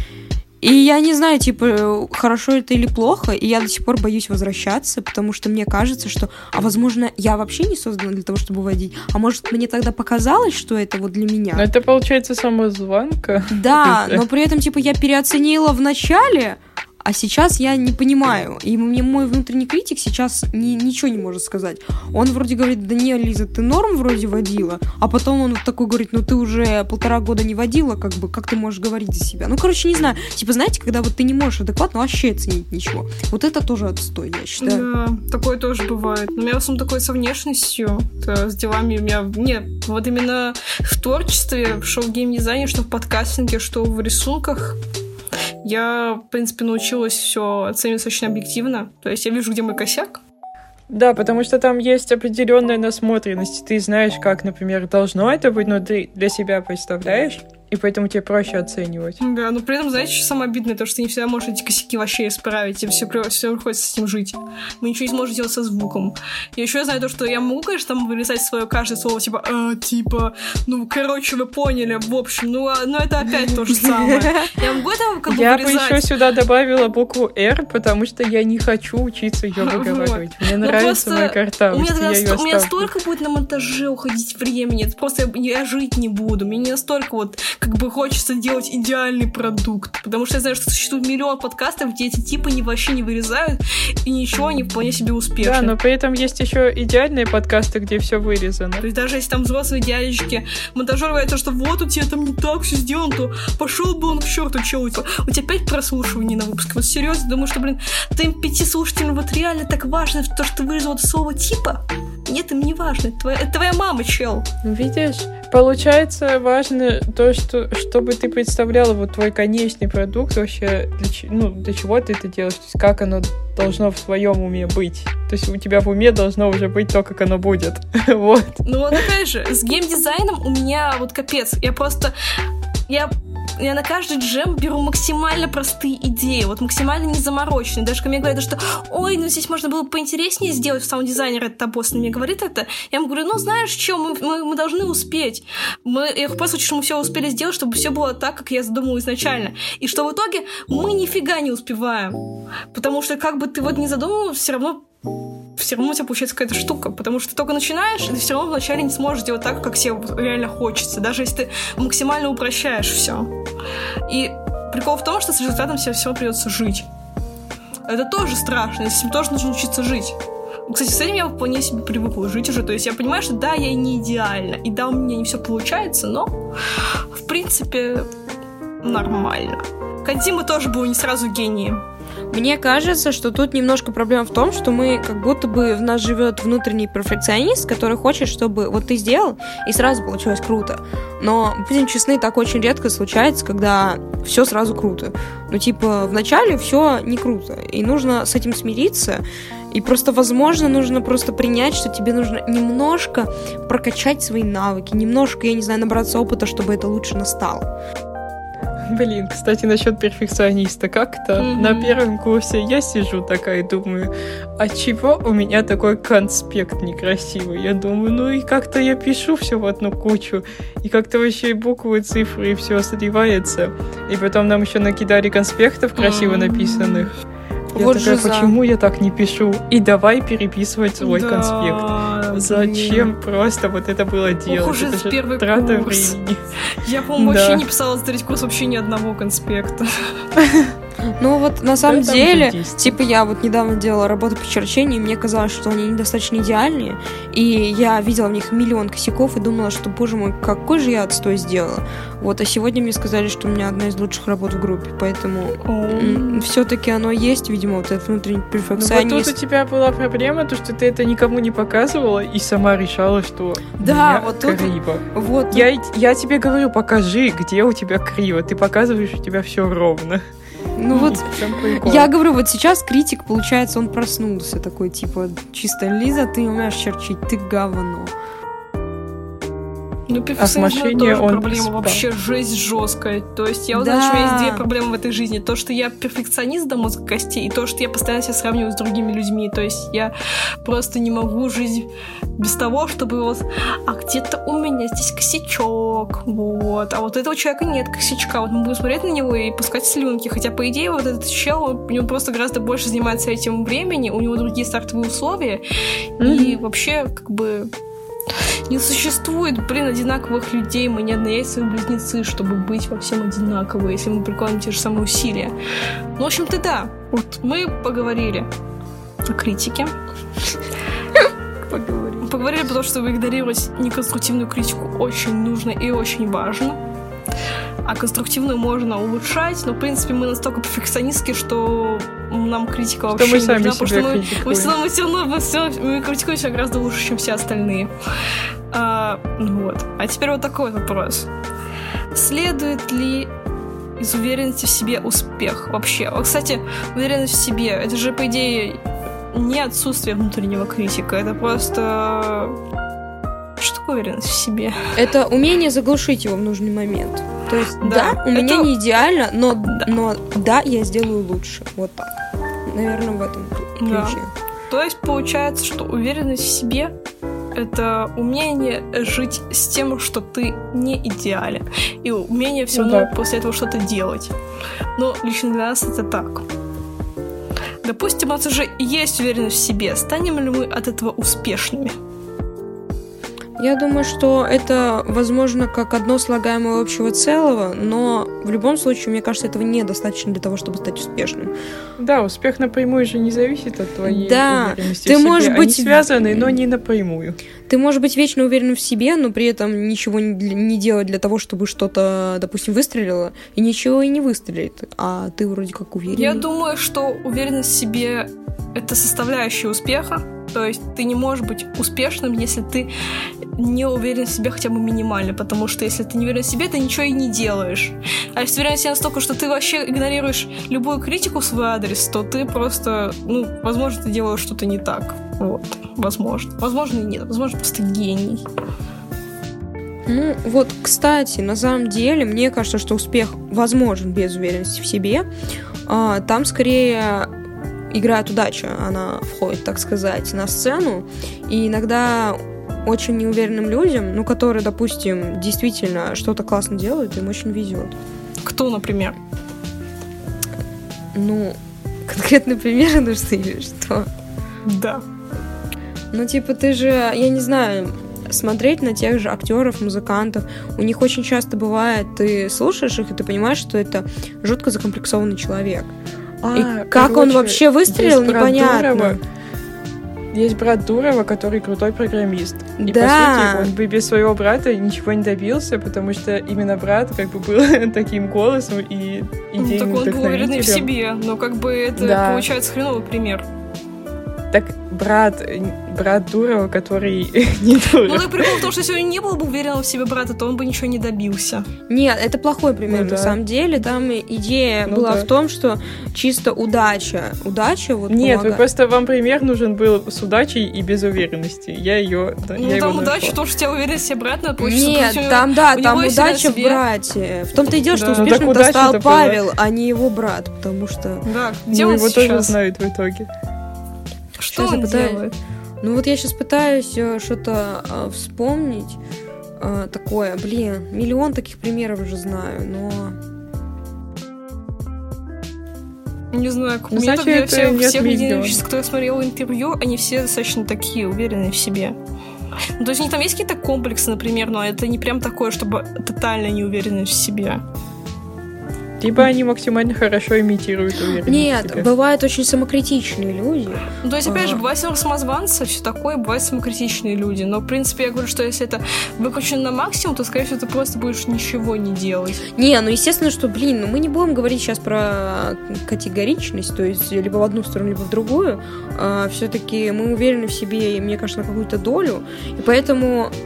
И я не знаю, типа, хорошо это или плохо, и я до сих пор боюсь возвращаться, потому что мне кажется, что, а возможно, я вообще не создана для того, чтобы водить, а может, мне тогда показалось, что это вот для меня. Но это, получается, самозванка. Да, но при этом, типа, я переоценила в начале, а сейчас я не понимаю. И мне мой внутренний критик сейчас ни, ничего не может сказать. Он вроде говорит, да не, Лиза, ты норм вроде водила, а потом он вот такой говорит, ну ты уже полтора года не водила, как бы, как ты можешь говорить за себя? Ну, короче, не знаю. Типа, знаете, когда вот ты не можешь адекватно вообще оценить ничего. Вот это тоже отстой, я считаю. Да, такое тоже бывает. Но у меня в основном такое со внешностью, с делами у меня... Нет, вот именно в творчестве, что в геймдизайне, что в подкастинге, что в рисунках... Я, в принципе, научилась все оценивать очень объективно. То есть я вижу, где мой косяк. Да, потому что там есть определенная насмотренность. Ты знаешь, как, например, должно это быть, но ты для себя представляешь, и поэтому тебе проще оценивать. Да, но при этом, знаете, что самое обидное? То, что ты не всегда можешь эти косяки вообще исправить, тебе все, все приходится с ним жить. Мы ничего не сможем делать со звуком. И еще я знаю то, что я могу, конечно, там вырезать свое каждое слово, типа, а, типа, ну, короче, вы поняли, в общем, ну, а, ну это опять то же самое. Я могу это как бы Я вырезать. бы еще сюда добавила букву «Р», потому что я не хочу учиться ее выговаривать. Вот. Мне нравится моя картавость, у меня, я ее у меня столько будет на монтаже уходить времени, это просто я, я жить не буду. Мне не настолько вот как бы хочется делать идеальный продукт, потому что я знаю, что существует миллион подкастов, где эти типы не, вообще не вырезают, и ничего, они вполне себе успешны. Да, но при этом есть еще идеальные подкасты, где все вырезано. То есть даже если там взрослые дядечки, монтажер говорит, что вот у тебя там не так все сделано, то пошел бы он к черту, че у тебя? У тебя пять прослушиваний на выпуске. Вот серьезно, думаю, что, блин, твоим пяти слушателям вот реально так важно то, что ты выразил это слово типа? Нет, им не важно. Это твоя, это твоя мама, чел. Видишь, получается важно то, что, чтобы ты представляла вот твой конечный продукт вообще, для, ну, для чего ты это делаешь, то есть как оно должно в твоем уме быть. То есть у тебя в уме должно уже быть то, как оно будет. Вот. Ну вот опять же, с геймдизайном у меня вот капец. Я просто... Я... Я на каждый джем беру максимально простые идеи, вот максимально незамороченные. Даже когда мне говорят, что ой, ну здесь можно было бы поинтереснее сделать, в саунд-дизайнер это босс мне говорит это, я ему говорю, ну знаешь что, мы, мы, мы должны успеть. Мы, я просто хочу, чтобы мы все успели сделать, чтобы все было так, как я задумала изначально. И что в итоге мы нифига не успеваем. Потому что как бы ты вот не задумывал, все равно все равно у тебя получается какая-то штука, потому что ты только начинаешь, и ты все равно вначале не сможешь делать так, как тебе реально хочется, даже если ты максимально упрощаешь все. И прикол в том, что с результатом тебе все придется жить. Это тоже страшно, с этим тоже нужно учиться жить. Кстати, с этим я вполне себе привыкла жить уже, то есть я понимаю, что да, я не идеальна, и да, у меня не все получается, но в принципе нормально. Кодзима тоже был не сразу гением. Мне кажется, что тут немножко проблема в том, что мы как будто бы в нас живет внутренний перфекционист, который хочет, чтобы вот ты сделал, и сразу получилось круто. Но, будем честны, так очень редко случается, когда все сразу круто. Ну, типа, вначале все не круто, и нужно с этим смириться, и просто, возможно, нужно просто принять, что тебе нужно немножко прокачать свои навыки, немножко, я не знаю, набраться опыта, чтобы это лучше настало. Блин, кстати, насчет перфекциониста. Как-то mm-hmm. на первом курсе я сижу такая и думаю, а чего у меня такой конспект некрасивый? Я думаю, ну и как-то я пишу все в одну кучу, и как-то вообще и буквы, и цифры, и все сливается. И потом нам еще накидали конспектов красиво mm-hmm. написанных. Я вот такая, почему я так не пишу? И давай переписывать свой да, конспект. Зачем блин. Просто вот это было делать? Ох, уже это с первый трата курс. Времени. Я, по-моему, да. вообще не писала за третий курс вообще ни одного конспекта. Ну вот на самом да, деле, типа я вот недавно делала работу по черчению, и мне казалось, что они недостаточно идеальные, и я видела в них миллион косяков и думала, что, боже мой, какой же я отстой сделала. Вот, а сегодня мне сказали, что у меня одна из лучших работ в группе, поэтому м- все-таки оно есть, видимо, вот этот внутренний перфекционист. Ну вот тут у тебя была проблема, то, что ты это никому не показывала и сама решала, что да, у вот меня тут, криво. Вот я, я тебе говорю, покажи, где у тебя криво, ты показываешь, у тебя все ровно. Ну вот, я говорю, вот сейчас критик, получается, он проснулся такой, типа, чисто, Лиза, ты умеешь черчить, ты говно. Ну, перфекционизм тоже проблема, спал. Вообще жесть жесткая. То есть я узнала, да. что у меня есть две проблемы в этой жизни. То, что я перфекционист до мозга костей, и то, что я постоянно себя сравниваю с другими людьми. То есть я просто не могу жить без того, чтобы вот, а где-то у меня здесь косячок, вот. А вот этого человека нет косячка. Вот мы будем смотреть на него и пускать слюнки. Хотя, по идее, вот этот чел, у него просто гораздо больше занимается этим времени, у него другие стартовые условия. Mm-hmm. И вообще, как бы... Не существует, блин, одинаковых людей. Мы не однояйцевые близнецы, чтобы быть во всем одинаковые, если мы прикладываем те же самые усилия. Ну, в общем-то, да. Вот мы поговорили о критике. Поговорили. Поговорили, потому что игнорировать неконструктивную критику очень нужно и очень важно. А конструктивную можно улучшать, но, в принципе, мы настолько перфекционистки, что нам критика вообще что мы не сами нужна, себя потому что мы, критикуем. мы, все равно, мы все равно мы, все, мы критикуем себя гораздо лучше, чем все остальные. А, вот. А теперь вот такой вопрос. Следует ли из уверенности в себе успех вообще? Вот, кстати, уверенность в себе, это же, по идее, не отсутствие внутреннего критика, это просто... Что такое уверенность в себе? Это умение заглушить его в нужный момент. То есть, да, да у это... меня не идеально, но да. но да, я сделаю лучше. Вот так. Наверное, в этом ключе. Да. То есть, получается, что уверенность в себе — это умение жить с тем, что ты не идеален. И умение все равно да. после этого что-то делать. Но лично для нас это так. Допустим, у нас уже есть уверенность в себе. Станем ли мы от этого успешными? Я думаю, что это, возможно, как одно слагаемое общего целого, но в любом случае, мне кажется, этого недостаточно для того, чтобы стать успешным. Да, успех напрямую же не зависит от твоей да, уверенности ты в себе. Можешь Они быть... связаны, но не напрямую. Ты можешь быть вечно уверенным в себе, но при этом ничего не делать для того, чтобы что-то, допустим, выстрелило, и ничего и не выстрелит, а ты вроде как уверен. Я думаю, что уверенность в себе — это составляющая успеха. То есть ты не можешь быть успешным, если ты не уверен в себе хотя бы минимально, потому что если ты не уверен в себе, ты ничего и не делаешь. А если ты уверен в себе настолько, что ты вообще игнорируешь любую критику в свой адрес, то ты просто, ну, возможно, ты делаешь что-то не так. Вот, возможно. Возможно, и нет. Возможно, просто гений. Ну, вот, кстати, на самом деле, мне кажется, что успех возможен без уверенности в себе. А, там, скорее... играет удача, она входит, так сказать, на сцену, и иногда очень неуверенным людям, ну, которые, допустим, действительно что-то классно делают, им очень везет. Кто, например? Ну, конкретный пример нужны или что? Да. Ну, типа, ты же, я не знаю, смотреть на тех же актеров, музыкантов, у них очень часто бывает, ты слушаешь их, и ты понимаешь, что это жутко закомплексованный человек. А, и как короче, он вообще выстрелил, непонятно. Дурова. Есть брат Дурова, который крутой программист. И, да. по сути, он бы без своего брата ничего не добился, потому что именно брат как бы был таким голосом и идейным ну, так он был уверенный в вдохновителем. себе, но как бы это да. получается хреновый пример. Так брат, брат Дурова, который не Дуров. Ну, так прикол в том, что если он не был бы уверен в себе брата, то он бы ничего не добился. Нет, это плохой пример, ну, на да. самом деле. Там идея ну, была да. в том, что чисто удача. Удача вот Нет, помогает. вы просто вам пример нужен был с удачей и без уверенности. Я ее да, Ну, я там его удача, нашла. то, что у тебя уверенность в себе брат, надо получить. Нет, там, да, там удача в брате. В том-то и дело, что да. успешным ну, достал Павел, а не его брат, потому что... Да, где ну, он его сейчас? тоже знают в итоге. Что сейчас он пытаюсь... делает? Ну вот я сейчас пытаюсь э, что-то э, вспомнить э, такое. Блин, миллион таких примеров уже знаю, но... Не знаю, у ну, меня значит, так всех, нет всех видео. людей, с которых я смотрела интервью, они все достаточно такие, уверенные в себе. Ну, то есть у них там есть какие-то комплексы, например, но это не прям такое, чтобы тотально неуверенность в себе. Либо они максимально хорошо имитируют уверенность Нет, в себе. бывают очень самокритичные люди. Ну, то есть, опять А. же, бывают самозванцы, все такое, бывают самокритичные люди. Но, в принципе, я говорю, что если это выкручено на максимум, то, скорее всего, ты просто будешь ничего не делать. Не, ну, естественно, что, блин, ну, мы не будем говорить сейчас про категоричность, то есть, либо в одну сторону, либо в другую. А, все-таки мы уверены в себе, и, мне кажется, на какую-то долю. И поэтому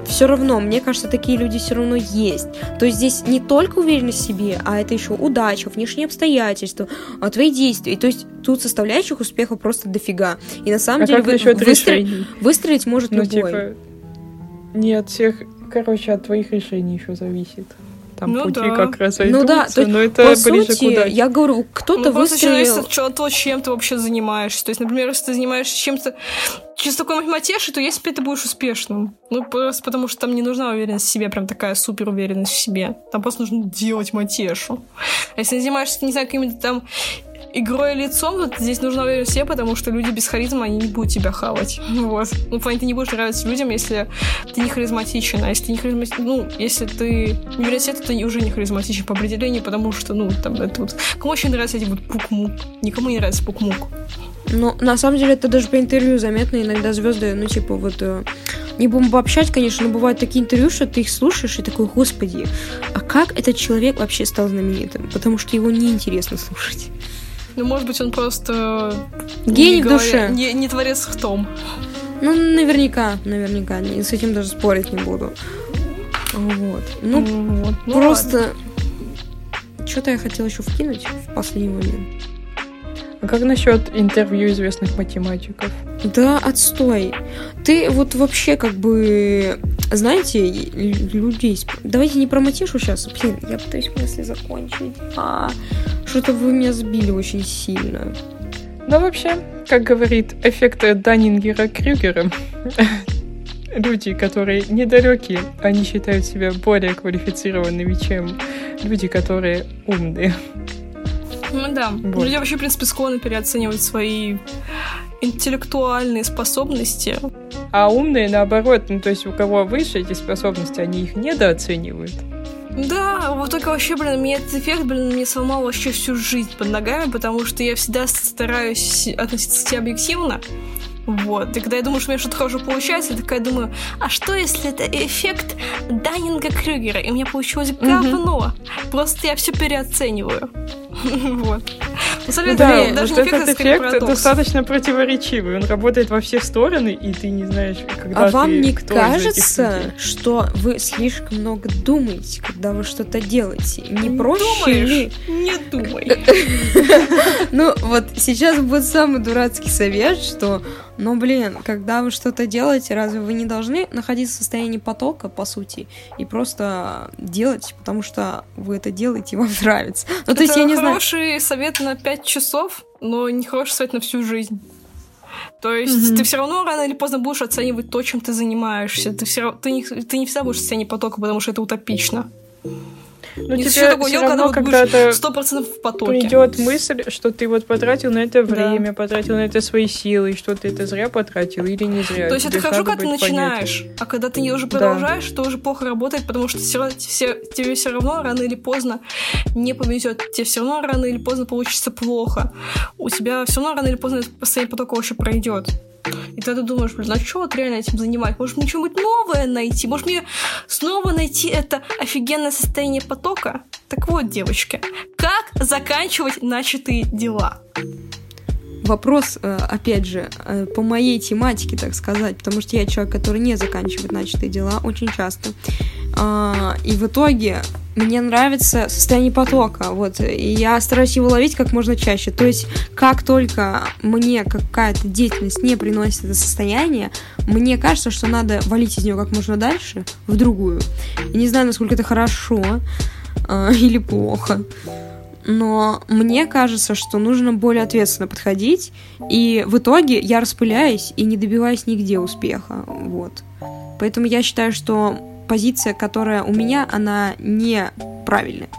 все равно, мне кажется, такие люди все равно есть. То есть здесь не только уверенность в себе, а это еще удача, внешние обстоятельства, твои действия. И то есть тут составляющих успеха просто дофига. И на самом а деле как вы, выстроить, выстрелить может ну, любой. Типа, не от всех, короче, от твоих решений еще зависит. Там ну пути да. как раз идутся, ну да, то есть, но это по ближе сути, к удаче. Я говорю, кто-то ну, выстрелил... от того, чем ты вообще занимаешься. То есть, например, если ты занимаешься чем-то чисто такой математешей, то если ты будешь успешным. Ну, просто потому что там не нужна уверенность в себе, прям такая супер уверенность в себе. Там просто нужно делать матешу. А если ты занимаешься, не знаю, каким-то там игрой лицом, вот здесь нужно уверенность в себе, потому что люди без харизмы, они не будут тебя хавать. Вот. Ну, в плане, ты не будешь нравиться людям, если ты не харизматичен. А если ты не харизматичен, ну, если ты не уверен в себе, то ты уже не харизматичен по определению, потому что, ну, там, это вот... Кому очень нравятся эти вот пук-мук? Никому не нравится пук-мук. Ну, на самом деле, это даже по интервью заметно. Иногда звезды, ну, типа, вот... Э, не будем обобщать, конечно, но бывают такие интервью, что ты их слушаешь и такой, господи, а как этот человек вообще стал знаменитым? Потому что его неинтересно слушать. Ну, может быть, он просто... Гений в говоря, душе. Не, не творец в том. Ну, наверняка, наверняка. С этим даже спорить не буду. Вот. Ну, mm, вот. ну просто... Что-то я хотела еще вкинуть в последний момент. А как насчет интервью известных математиков? Да, отстой. Ты вот вообще как бы... Знаете, людей... Давайте не про матешу сейчас. Блин, я пытаюсь мысли закончить. А, что-то вы меня сбили очень сильно. Ну, вообще, как говорит эффект Даннингера-Крюгера, люди, которые недалекие, они считают себя более квалифицированными, чем люди, которые умные. Ну да. Вот. Люди вообще, в принципе, склонны переоценивать свои интеллектуальные способности. А умные, наоборот, ну, то есть у кого выше эти способности, они их недооценивают. Да, вот только вообще, блин, мне этот эффект, блин, мне сломал вообще всю жизнь под ногами, потому что я всегда стараюсь относиться к себе объективно. Вот. И когда я думаю, что у меня что-то хорошо получается, я такая думаю, а что, если это эффект Даннинга-Крюгера, и у меня получилось говно? Mm-hmm. Просто я все переоцениваю. Вот. Ну, да, даже вот этот эффект достаточно противоречивый. Он работает во все стороны, и ты не знаешь, когда а ты... А вам не кажется, что вы слишком много думаете, когда вы что-то делаете? Не проще ли? Не думай. Ну, вот сейчас будет самый дурацкий совет, что, ну, блин, когда вы что-то делаете, разве вы не должны находиться в состоянии потока, по сути, и просто делать, потому что вы это делаете, и вам нравится? Ну, то есть, я не знаю... Хороший совет на пять часов, но не хороший совет на всю жизнь. То есть mm-hmm. ты все равно рано или поздно будешь оценивать то, чем ты занимаешься. Ты, все, ты, не, ты не всегда будешь в состоянии потока, потому что это утопично. Ну, тебе все равно, когда сто процентов в потоке. Придет мысль, что ты вот потратил на это время, да. потратил на это свои силы, что ты это зря потратил или не зря. То есть это хорошо, когда ты начинаешь, понять. А когда ты уже продолжаешь, да. то уже плохо работает, потому что все, все, тебе все равно рано или поздно не повезет. Тебе все равно рано или поздно получится плохо. У тебя все равно рано или поздно состояние потока вообще пройдет. И тогда ты думаешь, блин, а что вот реально этим занимать? Может, мне что-нибудь новое найти? Может, мне снова найти это офигенное состояние потока? Так вот, девочки, как заканчивать начатые дела? Вопрос, опять же, по моей тематике, так сказать, потому что я человек, который не заканчивает начатые дела очень часто. И в итоге мне нравится состояние потока, вот, и я стараюсь его ловить как можно чаще. То есть, как только мне какая-то деятельность не приносит это состояние, мне кажется, что надо валить из нее как можно дальше, в другую. И не знаю, насколько это хорошо э, или плохо, но мне кажется, что нужно более ответственно подходить, и в итоге я распыляюсь и не добиваюсь нигде успеха, вот. Поэтому я считаю, что позиция, которая у меня, она неправильная.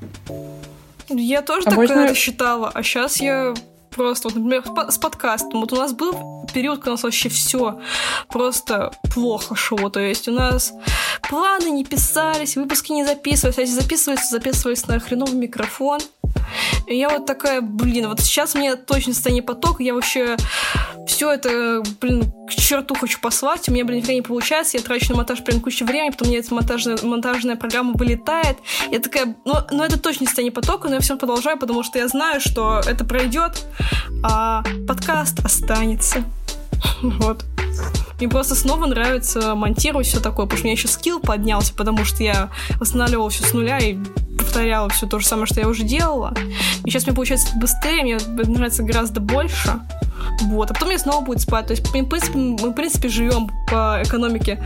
Я тоже а так можно... это считала, а сейчас я просто, вот, например, с подкастом. Вот у нас был период, когда у нас вообще все просто плохо шло. То есть у нас планы не писались, выпуски не записывались, а если записывались, записывались на хреновый микрофон. И я вот такая, блин, вот сейчас мне точно состояние потока, я вообще все это, блин, к черту хочу послать, у меня, блин, время не получается, я трачу на монтаж прям кучу времени, потом у меня эта монтажная, монтажная программа вылетает, я такая, ну, ну это точно состояние потока, но я все продолжаю, потому что я знаю, что это пройдет, а подкаст останется. Вот. Мне просто снова нравится монтировать все такое, потому что у меня еще скилл поднялся, потому что я восстанавливала все с нуля и повторяла все то же самое, что я уже делала. И сейчас мне получается быстрее, мне нравится гораздо больше. Вот, а потом я снова будет спад. То есть, в принципе, мы, в принципе, живем по экономике.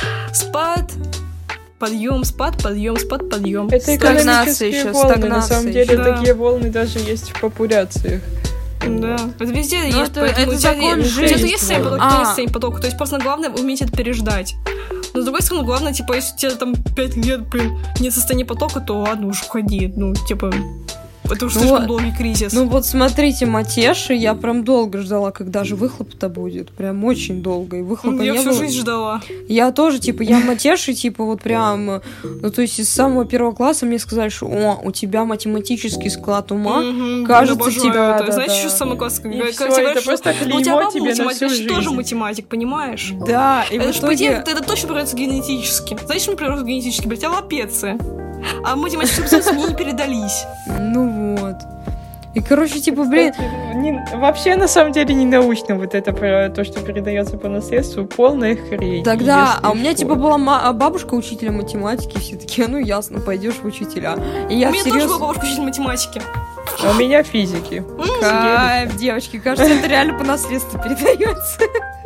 Спад, подъем, спад, подъем, спад, подъем. Это экономические волны. На самом деле, да. Такие волны даже есть в популяциях. Да, это везде Но есть, это, поэтому это закон жизни. Где-то есть сцена поток, а. есть сцена поток. То есть просто главное уметь это переждать. Но с другой стороны, главное, типа, если у тебя там пять лет, блин, нет состояния потока, то ладно, уж уходи. Ну, типа, это уж ну, слишком долгий кризис. Ну вот смотрите, Матеши, я прям долго ждала, когда же выхлоп-то будет. Прям очень долго. И выхлопа я не всю было. жизнь ждала. Я тоже, типа, я Матеши, типа, вот прям... Ну, то есть из самого первого класса мне сказали, что о, у тебя математический склад ума. Mm-hmm, кажется, тебя... Да, знаешь, что самый класс? И все, это просто клеймо тебе на всю жизнь. тоже математик, понимаешь? Да, и это в итоге... Это, это точно проявляется генетически. Знаешь, что проявляется генетически? Блядь, аллопеция. А математические способности мне не передались. Ну вот. И, короче, типа, блин... Не, вообще, на самом деле, не научно вот это про то, что передается по наследству, полная хрень. Тогда, а у меня, что. типа, была ма- бабушка учителя математики, все такие, ну, ясно, пойдешь в учителя. И я у меня всерьез... тоже была бабушка учитель математики. А у меня физики. Кайф, девочки, кажется, это реально по наследству передается.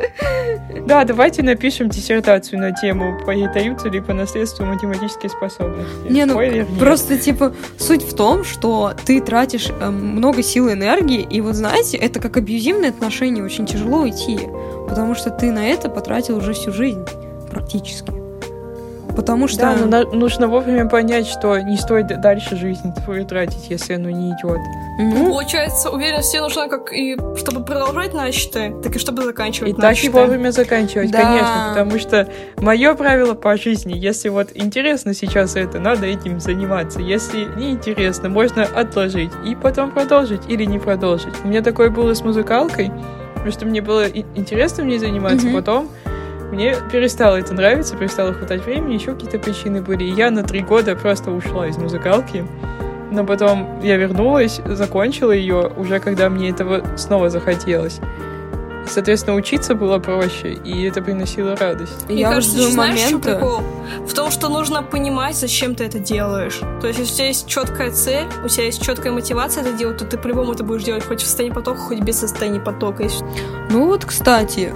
Да, давайте напишем диссертацию на тему, передаются ли по наследству математические способности. Не, ну, просто, типа, суть в том, что ты тратишь э, много сил и энергии, и вот, знаете, это как абьюзивные отношения, очень тяжело уйти, потому что ты на это потратил уже всю жизнь, практически. Потому что... Да, но на- нужно вовремя понять, что не стоит дальше жизнь твою тратить, если оно не идет. Mm-hmm. Получается, уверенность тебе нужна как и чтобы продолжать начатое, так и чтобы заканчивать и начатое. И так и вовремя заканчивать, да. Конечно, потому что мое правило по жизни, если вот интересно сейчас это, надо этим заниматься. Если не интересно, можно отложить и потом продолжить или не продолжить. У меня такое было с музыкалкой, потому что мне было интересно в ней заниматься, mm-hmm. потом мне перестало это нравиться, перестало хватать времени, еще какие-то причины были. И я на три года просто ушла из музыкалки. Но потом я вернулась, закончила ее, уже когда мне этого снова захотелось. И, соответственно, учиться было проще, и это приносило радость. Мне я кажется, знаешь, в чем прикол? В том, что нужно понимать, зачем ты это делаешь. То есть, если у тебя есть четкая цель, у тебя есть четкая мотивация это делать, то ты по-любому это будешь делать хоть в состоянии потока, хоть без состояния потока. Ну вот, кстати...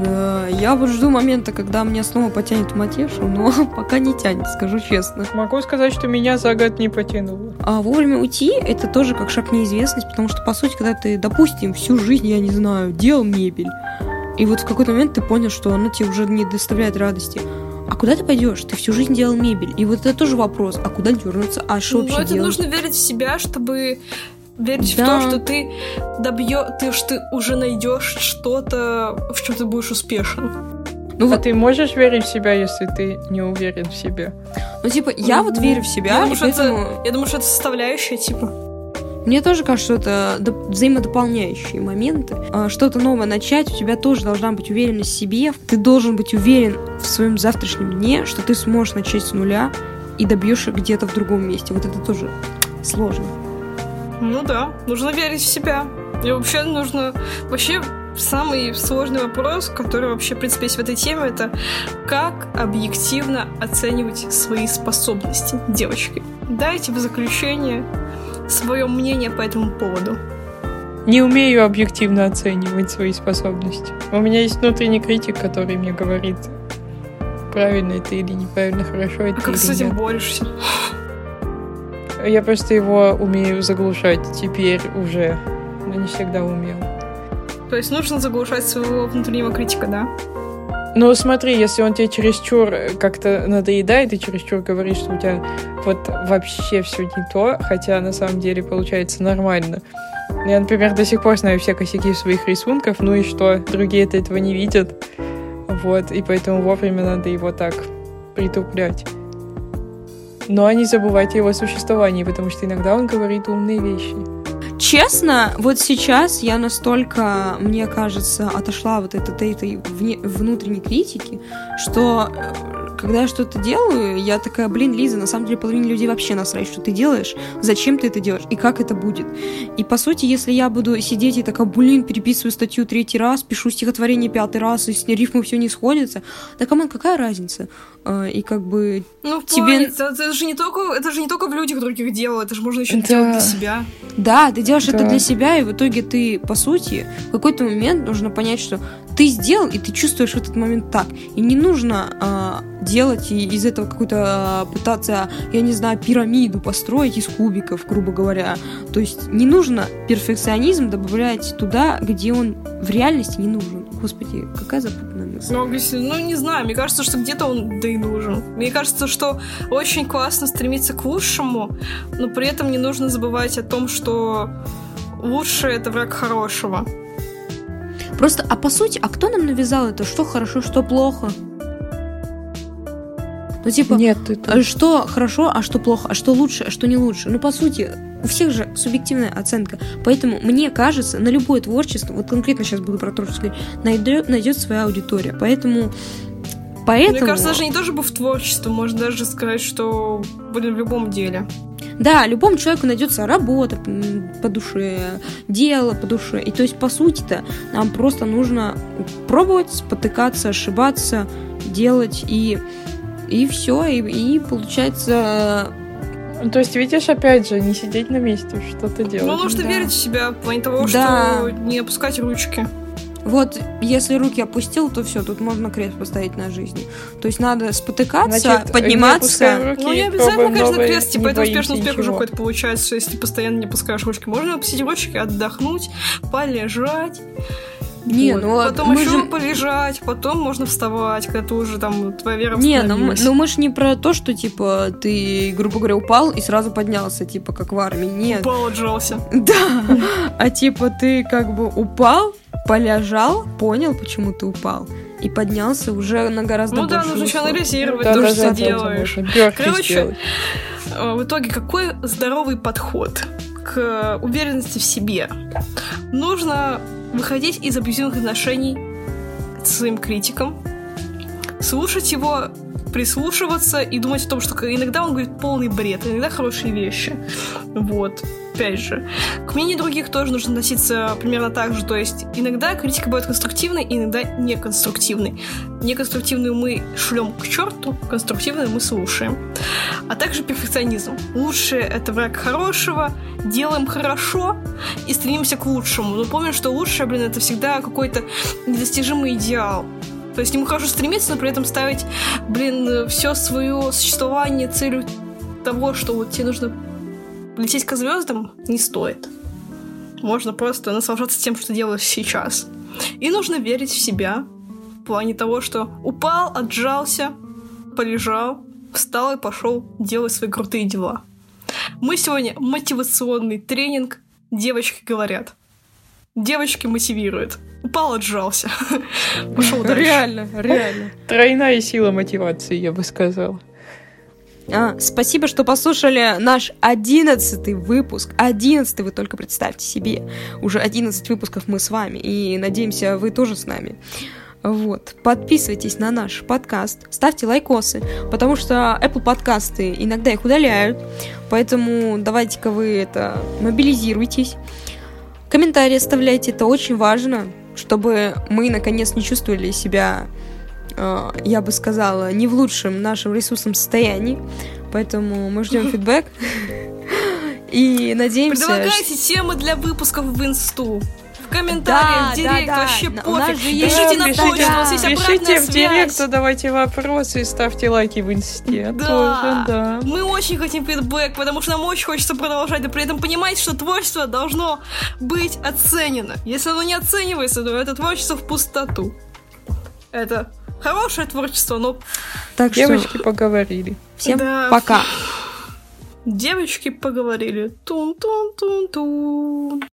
Я вот жду момента, когда меня снова потянет в Матешу, но пока не тянет, скажу честно. Могу сказать, что меня за год не потянуло. А вовремя уйти — это тоже как шаг в неизвестность, потому что, по сути, когда ты, допустим, всю жизнь, я не знаю, делал мебель, и вот в какой-то момент ты понял, что она тебе уже не доставляет радости. А куда ты пойдешь? Ты всю жизнь делал мебель. И вот это тоже вопрос, а куда дернуться, а что ну, вообще это делать? Нужно верить в себя, чтобы... Верить да. в то, что ты добьё... ты, что ты уже найдешь что-то, в чем ты будешь успешен. Ну, а вот ты можешь верить в себя, если ты не уверен в себе? Ну, типа, я mm-hmm. вот верю в себя, я и думаю, поэтому... это, я думаю, что это составляющая, типа. Мне тоже кажется, что это взаимодополняющие моменты. Что-то новое начать, у тебя тоже должна быть уверенность в себе. Ты должен быть уверен в своем завтрашнем дне, что ты сможешь начать с нуля и добьешься где-то в другом месте. Вот это тоже сложно. Ну да, нужно верить в себя. И вообще нужно... Вообще самый сложный вопрос, который вообще, в принципе, есть в этой теме, это как объективно оценивать свои способности, девочки. Дайте в заключение свое мнение по этому поводу. Не умею объективно оценивать свои способности. У меня есть внутренний критик, который мне говорит, правильно это или неправильно, хорошо это или нет. А как с этим борешься? Я просто его умею заглушать теперь уже, но не всегда умел. То есть нужно заглушать своего внутреннего критика, да? Ну, смотри, если он тебе чересчур как-то надоедает и чересчур говорит, что у тебя вот вообще все не то, хотя на самом деле получается нормально. Я, например, до сих пор знаю все косяки своих рисунков, ну и что, другие-то этого не видят. Вот, и поэтому вовремя надо его так притуплять. Но не забывайте о его существовании, потому что иногда он говорит умные вещи. Честно, вот сейчас я настолько, мне кажется, отошла вот от этой, этой вне, внутренней критики, что когда я что-то делаю, я такая, блин, Лиза, на самом деле половине людей вообще насрать, что ты делаешь, зачем ты это делаешь и как это будет. И, по сути, если я буду сидеть и такая, блин, переписываю статью третий раз, пишу стихотворение пятый раз, и с рифмой все не сходится, да, камон, какая разница? И как бы ну, тебе... Это, это, же не только, это же не только в людях других дело, это же можно еще да. делать для себя. Да, ты делаешь да. это для себя, и в итоге ты, по сути, в какой-то момент нужно понять, что ты сделал, и ты чувствуешь в этот момент так. И не нужно а, делать и из этого какую-то а, пытаться, я не знаю, пирамиду построить из кубиков, грубо говоря. То есть не нужно перфекционизм добавлять туда, где он в реальности не нужен. Господи, какая запутанная мысль. Ну, ну, не знаю, мне кажется, что где-то он да и нужен. Мне кажется, что очень классно стремиться к лучшему, но при этом не нужно забывать о том, что лучшее — это враг хорошего. Просто, а по сути, а кто нам навязал это? Что хорошо, что плохо? Ну, типа, Нет, это... что хорошо, а что плохо, а что лучше, а что не лучше. Ну, по сути, у всех же субъективная оценка. Поэтому, мне кажется, на любое творчество, вот конкретно сейчас буду про творчество говорить, найдет, найдет своя аудитория. Поэтому... Поэтому... Мне кажется, даже не то, чтобы в творчестве, можно даже сказать, что, блин, в любом деле. Да, любому человеку найдется работа по душе, дело по душе. И то есть, по сути-то, нам просто нужно пробовать, спотыкаться, ошибаться, делать, и, и все, и, и получается... То есть, видишь, опять же, не сидеть на месте, что-то делать. Ну, нужно да. верить в себя, в плане того, да. что не опускать ручки. Вот, если руки опустил, то все, тут можно крест поставить на жизни. То есть надо спотыкаться, Значит, подниматься. Не руки, ну, не обязательно, конечно, новые, крест, типа, это успешный успех ничего. уже какой-то получается, что если ты постоянно не опускаешь ручки. Можно опустить ручки, отдохнуть, полежать. Не, вот. ну, потом мы еще же... полежать, потом можно вставать, когда ты уже там, твоя вера Не, ну мы, восстановилась. ну мы ж не про то, что, типа, ты, грубо говоря, упал и сразу поднялся, типа, как в армии. Нет. Упал, отжался. Да, а типа ты как бы упал, полежал, понял, почему ты упал, и поднялся уже на гораздо ну, больше. Ну да, нужно еще высот. анализировать да, то, да, что да, ты делаешь. да, Короче, в итоге какой здоровый подход к уверенности в себе? Нужно выходить из абьюзивных отношений с своим критиком, слушать его, прислушиваться и думать о том, что иногда он говорит полный бред, иногда хорошие вещи. Вот. Опять же, к мнению других тоже нужно относиться примерно так же. То есть иногда критика бывает конструктивной, иногда неконструктивной. Неконструктивную мы шлем к черту, конструктивную мы слушаем. А также перфекционизм. Лучшее — это враг хорошего, делаем хорошо и стремимся к лучшему. Но помним, что лучшее, блин, это всегда какой-то недостижимый идеал. То есть к нему хорошо стремиться, но при этом ставить, блин, все свое существование целью того, что вот тебе нужно лететь к звездам, не стоит. Можно просто наслаждаться тем, что делаешь сейчас. И нужно верить в себя в плане того, что упал, отжался, полежал, встал и пошел делать свои крутые дела. Мы сегодня мотивационный тренинг «Девочки говорят». Девочки мотивируют. Упал, отжался. Пошел дальше. Реально, реально. Тройная сила мотивации, я бы сказала. А, спасибо, что послушали наш одиннадцатый выпуск. Одиннадцатый, вы только представьте себе. Уже одиннадцать выпусков мы с вами. И надеемся, вы тоже с нами. Вот. Подписывайтесь на наш подкаст, ставьте лайкосы, потому что Apple подкасты иногда их удаляют. Поэтому давайте-ка вы это мобилизируйтесь. Комментарии оставляйте, это очень важно, чтобы мы, наконец, не чувствовали себя, э, я бы сказала, не в лучшем нашем ресурсном состоянии. Поэтому мы ждем фидбэк. И надеемся... Предлагайте темы для выпусков в инсту. В комментариях, в директ, да, да. вообще У нас пофиг. же есть- Пишите на пишите, почту, у нас есть обратная Пишите в связь. директ, задавайте вопросы и ставьте лайки в инсте. Да. Тоже, да. Мы очень хотим фидбэк, потому что нам очень хочется продолжать, но при этом понимать, что творчество должно быть оценено. Если оно не оценивается, то это творчество в пустоту. Это хорошее творчество, но... Так что Девочки поговорили. всем Да. пока. Девочки поговорили. Тун-тун-тун-тун.